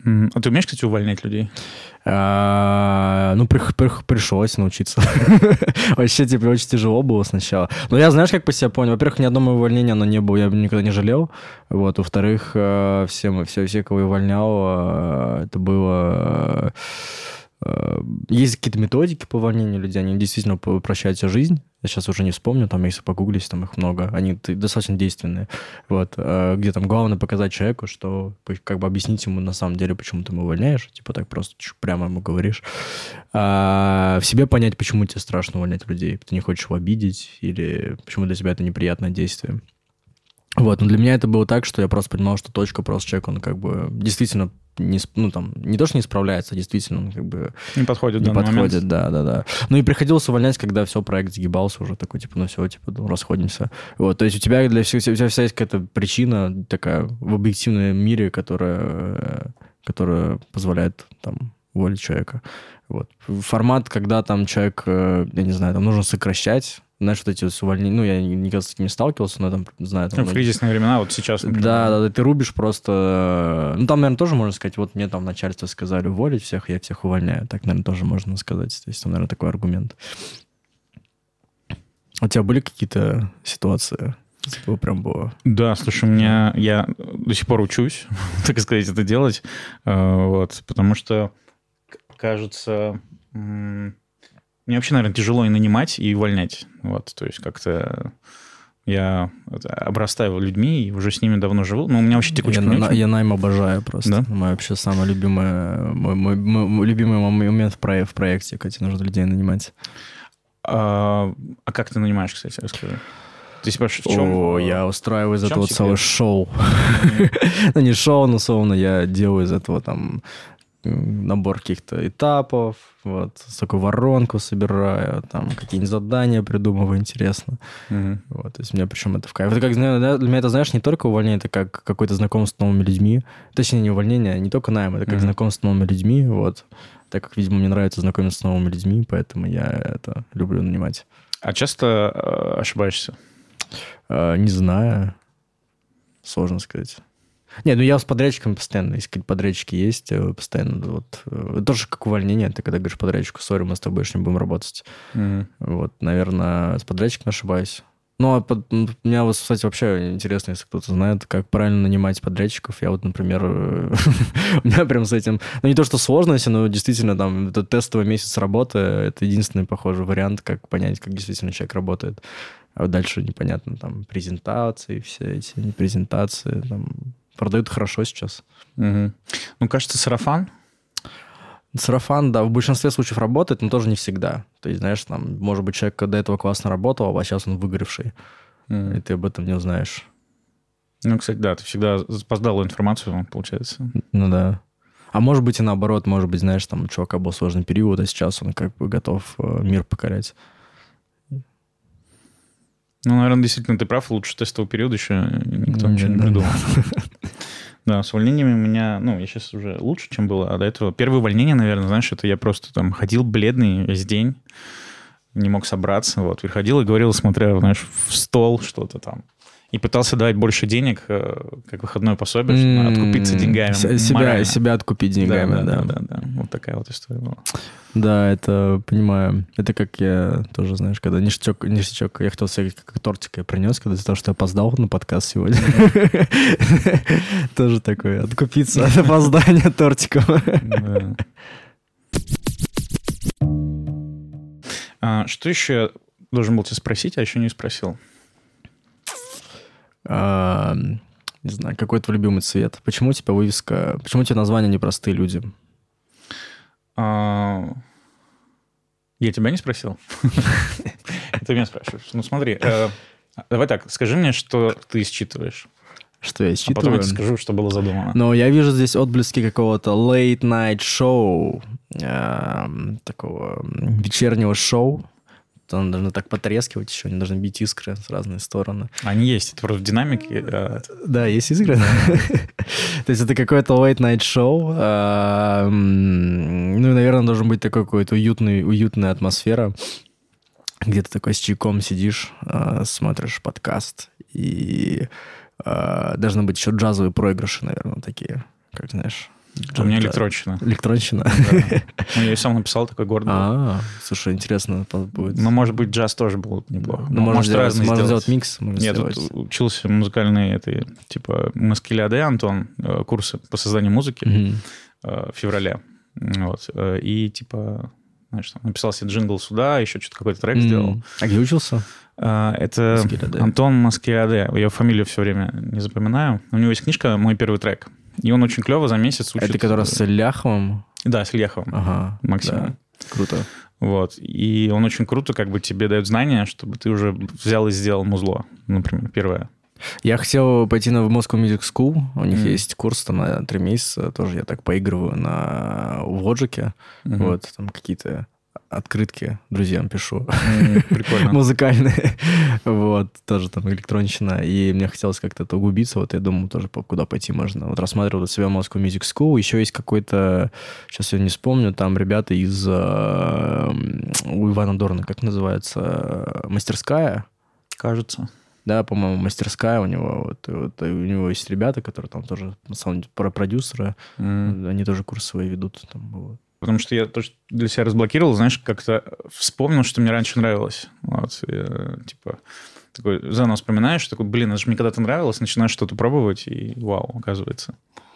Mm. А ты умеешь, кстати, увольнять людей? А, ну, при, при, пришлось научиться. Вообще, типа, очень тяжело было сначала. Но я, знаешь, как по себе понял? Во-первых, ни одно мое увольнение, оно не было, я никогда не жалел. Вот. Во-вторых, все, мы, все, все, кого я увольнял, это было... Есть какие-то методики по увольнению людей, они действительно упрощают тебе жизнь. Я сейчас уже не вспомню, там, если погуглить, там их много. Они достаточно действенные. Вот. Где там главное показать человеку, что как бы объяснить ему на самом деле, почему ты его увольняешь. Типа так просто прямо ему говоришь. А в себе понять, почему тебе страшно увольнять людей. Ты не хочешь его обидеть или почему для тебя это неприятное действие. Вот, но для меня это было так, что я просто понимал, что точка, просто человек, он как бы действительно не, ну, там, не то, что не справляется, а действительно он как бы... Не подходит, не да, подходит, да, да, да. Ну и приходилось увольнять, когда все, проект загибался уже, такой, типа, ну все, типа, ну, расходимся. Вот, то есть у тебя для всех, у тебя вся есть какая-то причина такая в объективном мире, которая, которая позволяет, там, уволить человека. Вот. Формат, когда там человек, я не знаю, там нужно сокращать, знаешь, вот эти вот увольнения, ну, я никогда с этим не сталкивался, но там, знаю... Там, ну, в кризисные времена, вот сейчас, например. Да, да, да, ты рубишь просто... Ну, там, наверное, тоже можно сказать, вот мне там начальство сказали уволить всех, я всех увольняю. Так, наверное, тоже можно сказать. То есть там, наверное, такой аргумент. У тебя были какие-то ситуации? Типа, прям было... Да, слушай, у меня... Я до сих пор учусь, так сказать, это делать. Вот, потому что, кажется... Мне вообще, наверное, тяжело и нанимать, и увольнять. Вот, то есть как-то я обрастаю людьми и уже с ними давно живу. Но у меня вообще текучка я, не на, очень. Я найм обожаю просто. Да? Мой вообще самый любимый, мой, мой, мой любимый момент в, проект, в проекте, когда тебе нужно людей нанимать. А, а как ты нанимаешь, кстати, расскажи? Ты спрашиваешь, в чем? О, я устраиваю из этого целое шоу. Ну, не шоу, но условно я делаю из этого там... набор каких-то этапов, вот, такую воронку собираю, там какие-нибудь задания придумываю, интересно. Uh-huh. Вот, то есть мне причем это в кайф. Это как, для меня это, знаешь, не только увольнение, это как какое-то знакомство с новыми людьми. Точнее, не увольнение, не только найм, это как uh-huh. знакомство с новыми людьми, вот. Так как, видимо, мне нравится знакомиться с новыми людьми, поэтому я это люблю нанимать. А часто э, ошибаешься? Э, не знаю. Сложно сказать. Не, ну я с подрядчиками постоянно, если какие-то подрядчики есть, постоянно вот... Тоже как увольнение, ты когда говоришь подрядчику, сори, мы с тобой больше не будем работать. Mm-hmm. Вот, наверное, с подрядчиком ошибаюсь. Ну, а под, у меня, вот, кстати, вообще интересно, если кто-то знает, как правильно нанимать подрядчиков. Я вот, например, у меня прям с этим... Ну, не то, что сложности, но действительно там этот тестовый месяц работы, это единственный, похожий вариант, как понять, как действительно человек работает. А вот дальше непонятно, там, презентации, все эти презентации, там... Продают хорошо сейчас. Угу. Ну, кажется, сарафан. Сарафан, да, в большинстве случаев работает, но тоже не всегда. То есть, знаешь, там, может быть, человек до этого классно работал, а сейчас он выгоревший. Угу. И ты об этом не узнаешь. Ну, кстати, да, ты всегда запоздалую информацию, получается. Ну, да. А может быть и наоборот, может быть, знаешь, там у чувака был сложный период, а сейчас он как бы готов мир покорять. Ну, наверное, действительно, ты прав. Лучше тестового периода еще никто mm-hmm. ничего не придумал. Да, с увольнениями у меня... Ну, я сейчас уже лучше, чем было. А до этого... Первое увольнение, наверное, знаешь, это я просто там ходил бледный весь день, не мог собраться. Вот, приходил и говорил, смотря, знаешь, в стол что-то там. И пытался давать больше денег, как выходное пособие, чтобы mm-hmm. откупиться деньгами. Себя, себя откупить деньгами, да, да. Да, да, да. Вот такая вот история была. Да, это, понимаю. Это как я тоже, знаешь, когда ништячок, ништячок я хотел себе как тортик я принес, когда из-за того, что я опоздал на подкаст сегодня. Тоже такое, откупиться от опоздания тортиком. Что еще я должен был тебя спросить, а еще не спросил? А, не знаю, какой твой любимый цвет? Почему у тебя вывеска... Почему у тебя название «Непростые люди»? А... Я тебя не спросил? Ты меня спрашиваешь. Ну, смотри, давай так, скажи мне, что ты считываешь. Что я считываю? А потом я тебе скажу, что было задумано. Ну, я вижу здесь отблески какого-то late-night шоу, такого вечернего шоу. Они должны так потрескивать еще, они должны бить искры с разные стороны. Они есть, это просто в динамике. Да, да есть искры. То есть это какое-то late-night шоу. Ну, наверное, должен быть такой какой-то уютный, уютная атмосфера, где ты такой с чайком сидишь, смотришь подкаст, и должны быть еще джазовые проигрыши, наверное, такие, как знаешь... У меня электронщина. Электронщина? Да. Ну, я и сам написал, такой гордый. А, слушай, интересно будет. Ну, может быть, джаз тоже был неплохо. Ну, можно сделать, можно сделать микс. Я тут учился музыкальный, этой, типа, Маскеляде, Антон, курсы по созданию музыки в феврале. Вот. И, типа, знаешь, там написал себе джингл сюда, еще что-то какой-то трек сделал. А где учился? Это Антон Маскеляде. Я его фамилию все время не запоминаю. У него есть книжка «Мой первый трек». И он очень клево за месяц учит... Это который с Ильяховым? Да, с Ильяховым. Ага, Максимом. Да. Круто. Вот. И он очень круто как бы тебе дает знания, чтобы ты уже взял и сделал музло, например, первое. Я хотел пойти на Moscow Music School. У них mm. есть курс там на три месяца. Тоже я так поигрываю на Лоджике. Mm-hmm. Вот, там какие-то... открытки друзьям пишу. Mm, прикольно. Музыкальные. Вот, тоже там электронщина. И мне хотелось как-то это углубиться. Вот я думаю, тоже куда пойти можно. Вот рассматривал для себя Moscow Music School. Еще есть какой-то, сейчас я не вспомню, там ребята из uh, у Ивана Дорна, как называется, мастерская. Кажется. Да, по-моему, мастерская у него. Вот, вот, у него есть ребята, которые там тоже, на самом деле, продюсеры. Mm. Они тоже курсы свои ведут. Там, вот. Потому что я тоже для себя разблокировал, знаешь, как-то вспомнил, что мне раньше нравилось. Вот, я, типа, такой заново вспоминаешь, такой, блин, это же мне когда-то нравилось, начинаешь что-то пробовать, и вау, оказывается.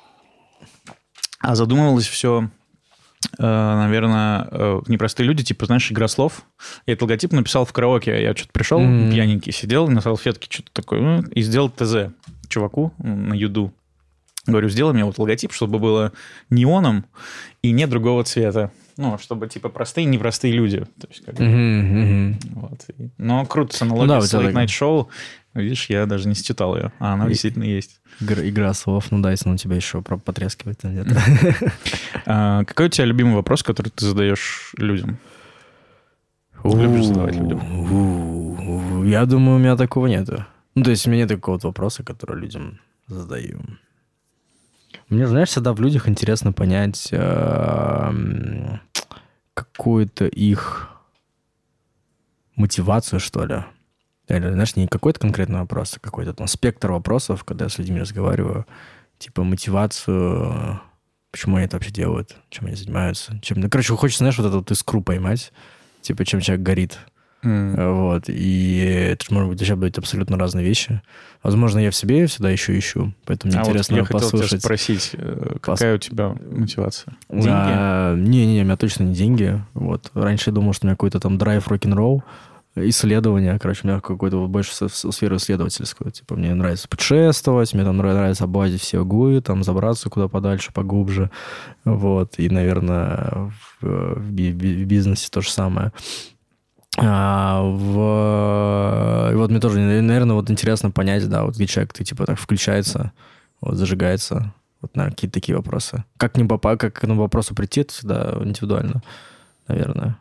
А задумывалось все, наверное, непростые люди, типа, знаешь, игра слов. Я этот логотип написал в караоке, я что-то пришел, mm-hmm. пьяненький, сидел на салфетке, что-то такое, и сделал ТЗ чуваку на Юду. Говорю, сделай мне вот логотип, чтобы было неоном и не другого цвета. Ну, чтобы, типа, простые и непростые люди. То есть, как бы, mm-hmm, mm-hmm. Вот. Но крутая с аналогией с Late Night Show. Видишь, я даже не считал ее, а она и... действительно есть. Игра, игра слов, ну да, если он тебя еще потрескивает где-то. А, какой у тебя любимый вопрос, который ты задаешь людям? Любишь задавать людям? Я думаю, у меня такого нету. Ну, то есть у меня нет такого вопроса, который людям задаю. Мне, знаешь, всегда в людях интересно понять э, какую-то их мотивацию, что ли. Или, знаешь, не какой-то конкретный вопрос, а какой-то там спектр вопросов, когда я с людьми разговариваю. Типа мотивацию, почему они это вообще делают, чем они занимаются. Чем... Ну, короче, хочется, знаешь, вот эту вот искру поймать, типа, чем человек горит. Mm. Вот. И это же, может быть, сейчас быть абсолютно разные вещи. Возможно, я в себе всегда еще ищу. Поэтому мне а интересно вот я послушать. хотел тебя спросить, какая Пос... у тебя мотивация? Деньги? А, не, не, не, у меня точно не деньги. Вот. Раньше я думал, что у меня какой-то там драйв рок-н-ролл, исследование. Короче, у меня какой-то вот больше сферу исследовательскую. Типа, мне нравится путешествовать, мне там нравится облазить все гуи, там забраться куда подальше, поглубже. Вот. И, наверное, в, в бизнесе то же самое. А, в... И вот мне тоже, наверное, вот интересно понять, да, вот где человек, ты типа так включается, вот зажигается, вот, наверное, какие-то такие вопросы. Как к ним попасть, как к этому вопросу прийти, это всегда индивидуально, наверное.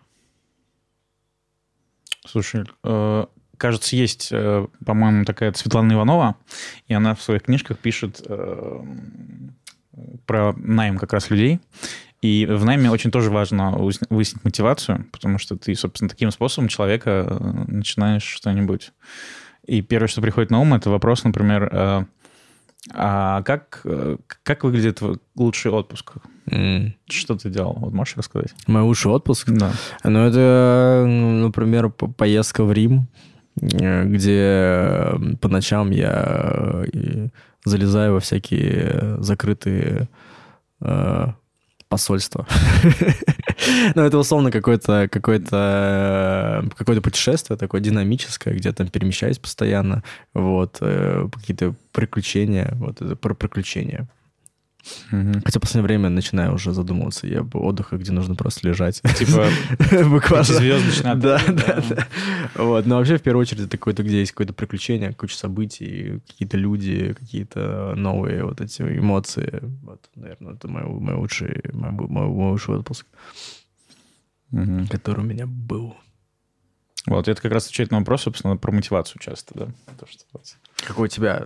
Слушай, э, кажется, есть, э, по-моему, такая Светлана Иванова, и она в своих книжках пишет э, про найм как раз людей. И в найме очень тоже важно выяснить мотивацию, потому что ты, собственно, таким способом человека начинаешь что-нибудь. И первое, что приходит на ум, это вопрос, например, а как, как выглядит лучший отпуск? Mm. Что ты делал? Вот можешь рассказать? Мой лучший отпуск? Да. Ну, это, например, поездка в Рим, где по ночам я залезаю во всякие закрытые... посольство. Ну, это условно какое-то, какое-то, какое-то путешествие такое динамическое, где там перемещаюсь постоянно. Вот. Какие-то приключения. Вот это про приключения. Mm-hmm. Хотя в последнее время начинаю уже задумываться. Я об отдыхе, где нужно просто лежать. Типа буквально звездочный отель. Да, да, да. Вот. Но вообще, в первую очередь, это какое-то, где есть какое-то приключение, куча событий, какие-то люди, какие-то новые вот эти эмоции. Вот, наверное, это мой, мой лучший, мой, мой, мой лучший отпуск, mm-hmm. который у меня был. Вот, это как раз отвечает на вопрос, собственно, про мотивацию часто, да? То, что... Какой у тебя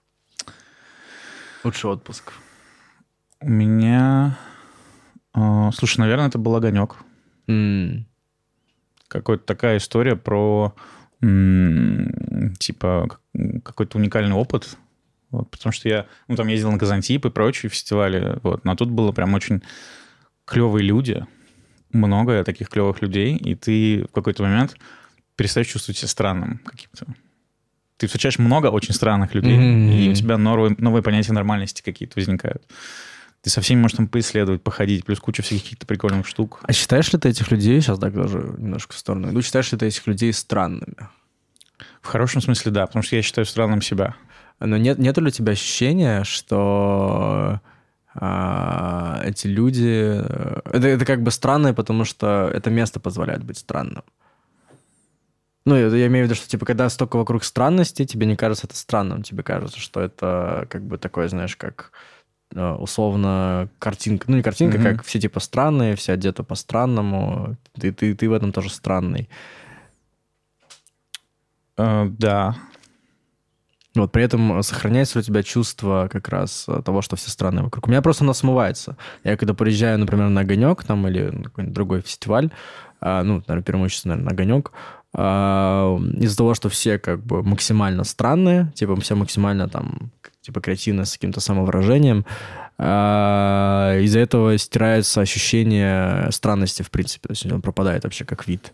лучший отпуск? У меня... Э, слушай, наверное, это был «Огонек». Mm. Какая-то такая история про, м- типа, какой-то уникальный опыт. Вот, потому что я, ну, там ездил на Казантип и прочие фестивали, вот, но тут было прям очень клевые люди, много таких клевых людей, и ты в какой-то момент перестаешь чувствовать себя странным каким-то. Ты встречаешь много очень странных людей, mm-hmm. и у тебя новые, новые понятия нормальности какие-то возникают. Ты со всеми можешь там поисследовать, походить, плюс куча всяких каких-то прикольных штук. А считаешь ли ты этих людей, сейчас так даже немножко в сторону иду, считаешь ли ты этих людей странными? В хорошем смысле, да, потому что я считаю странным себя. Но нет, нет ли у тебя ощущения, что а, эти люди... Это, это как бы странное, потому что это место позволяет быть странным. Ну, я имею в виду, что, типа, когда столько вокруг странностей, тебе не кажется это странным, тебе кажется, что это как бы такое, знаешь, как... условно картинка, ну не картинка, mm-hmm. как все типа странные, все одеты по-странному, ты, ты, ты в этом тоже странный. Uh, да. Вот при этом сохраняется у тебя чувство как раз того, что все странные вокруг. У меня просто оно смывается. Я когда приезжаю, например, на «Огонек» там, или на какой-нибудь другой фестиваль, ну, наверное, преимущественно, наверное, на «Огонек», из-за того, что все как бы максимально странные, типа все максимально там типа креативно с каким-то самовыражением, из-за этого стирается ощущение странности в принципе, то есть он пропадает вообще как вид.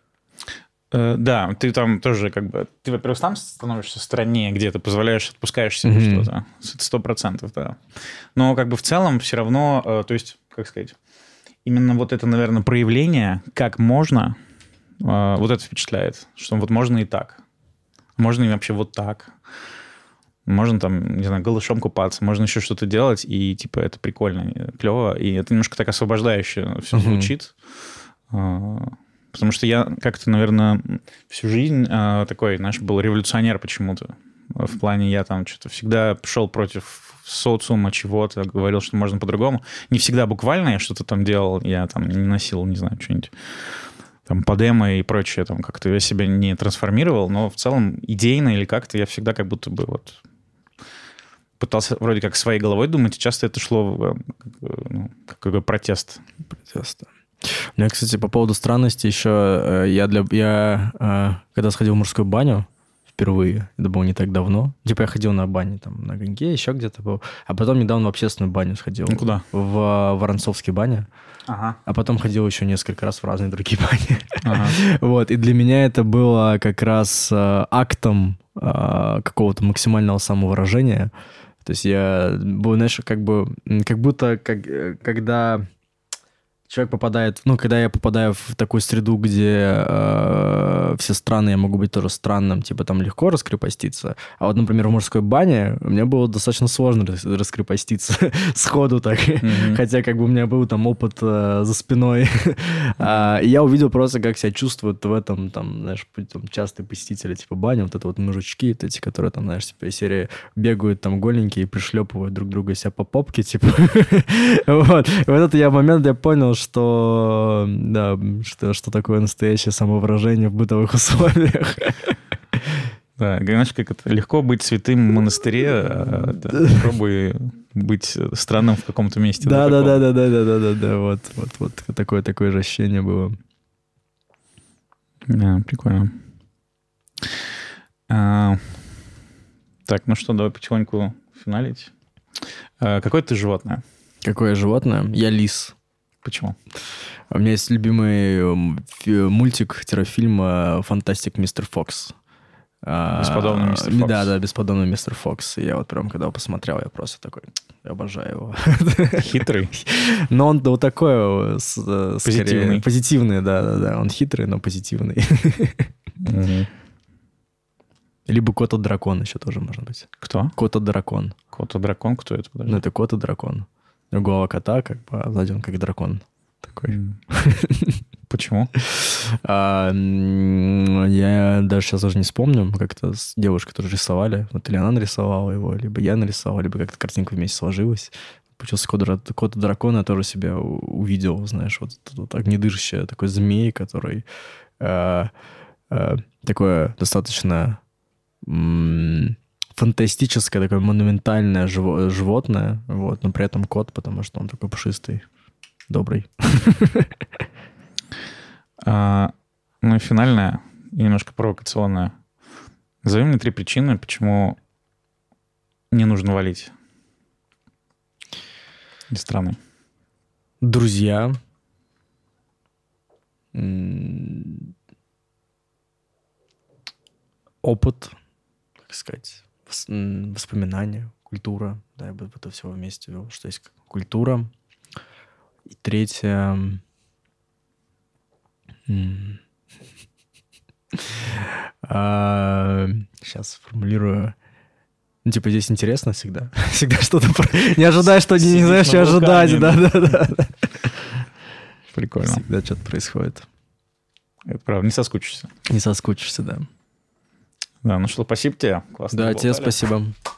Да, ты там тоже как бы... Ты, во-первых, сам становишься страннее где-то, позволяешь, отпускаешь себе mm-hmm. что-то. Сто процентов, да. Но как бы в целом все равно, то есть, как сказать, именно вот это, наверное, проявление, как можно, вот это впечатляет, что вот можно и так. Можно и вообще вот так. Можно там, не знаю, голышом купаться, можно еще что-то делать, и типа это прикольно, клево, и это немножко так освобождающе все mm-hmm. звучит. Потому что я как-то, наверное, всю жизнь э, такой, знаешь, был революционер почему-то. В плане я там что-то всегда шел против социума чего-то, говорил, что можно по-другому. Не всегда буквально я что-то там делал, я там не носил, не знаю, что-нибудь там подемо и прочее, там как-то я себя не трансформировал, но в целом идейно или как-то я всегда как будто бы вот пытался вроде как своей головой думать, и часто это шло в, ну, как протест. Протест, да. У меня, кстати, по поводу странности еще, я, для, я когда сходил в мужскую баню впервые, это было не так давно, типа я ходил на бане, там, на Огоньке, еще где-то был, а потом недавно в общественную баню сходил. Ну, куда? В Воронцовские бани. Ага. А потом ходил еще несколько раз в разные другие бани. Ага. Вот, и для меня это было как раз актом какого-то максимального самовыражения. То есть я был, знаешь, как бы, как будто, как, когда... Человек попадает, ну, когда я попадаю в такую среду, где э, все странные, я могу быть тоже странным, типа там легко раскрепоститься. А вот, например, в мужской бане мне было достаточно сложно раскрепоститься сходу так. Mm-hmm. Хотя как бы у меня был там опыт э, за спиной. а, и я увидел просто, как себя чувствуют в этом, там, знаешь, там, частые посетители типа бани, вот это вот мужички, вот эти, которые там, знаешь, типа из серии бегают там голенькие и пришлепывают друг друга себя по попке, типа. Вот. И вот это я момент, я понял, что, да, что, что такое настоящее самовыражение в бытовых условиях. Да, знаешь, как это легко быть святым в монастыре, а да, попробуй быть странным в каком-то месте. Да, да, да, да, да, да, да, да, да, вот, вот, вот такое, такое же ощущение было. Да, прикольно. А, так, ну что, давай потихоньку финалить. А, какое ты животное? Какое животное? Я лис. Почему? У меня есть любимый мультик-фильм «Фантастик Мистер Фокс». Бесподобный Мистер Фокс. Да, да, бесподобный Мистер Фокс. И я вот прям, когда его посмотрел, я просто такой, я обожаю его. Хитрый? Но он вот такой, скорее... Позитивный. Позитивный, да, да, да. Он хитрый, но позитивный. Либо Кот и дракон еще тоже может быть. Кто? Кот и дракон. Кот и дракон? Кто это? Подожди. Ну, это Кот и дракон. Другого кота, как бы, а сзади он как дракон такой. Почему? А, я даже сейчас даже не вспомню, как-то с девушкой тоже рисовали. Вот или она нарисовала его, либо я нарисовал, либо как-то картинка вместе сложилась. Получился кот, кот дракона, я тоже себя увидел, знаешь, вот это вот огнедышащий такой змей, который а, а, такое достаточно... М- фантастическое, такое монументальное живо- животное, вот, но при этом кот, потому что он такой пушистый, добрый. А, ну и финальное, и немножко провокационное. Назови мне три причины, почему не нужно валить из страны? Друзья. Опыт, как сказать, воспоминания, культура. Да, я бы это все вместе вел, что есть культура. И третье... Сейчас сформулирую. Ну, типа, здесь интересно всегда. Всегда что-то... Не ожидаешь, что не знаешь, что ожидать. Да-да-да. Прикольно. Всегда что-то происходит. Это правда, не соскучишься. Не соскучишься, да. Да, ну что, спасибо тебе. Классно. Да, тебе спасибо.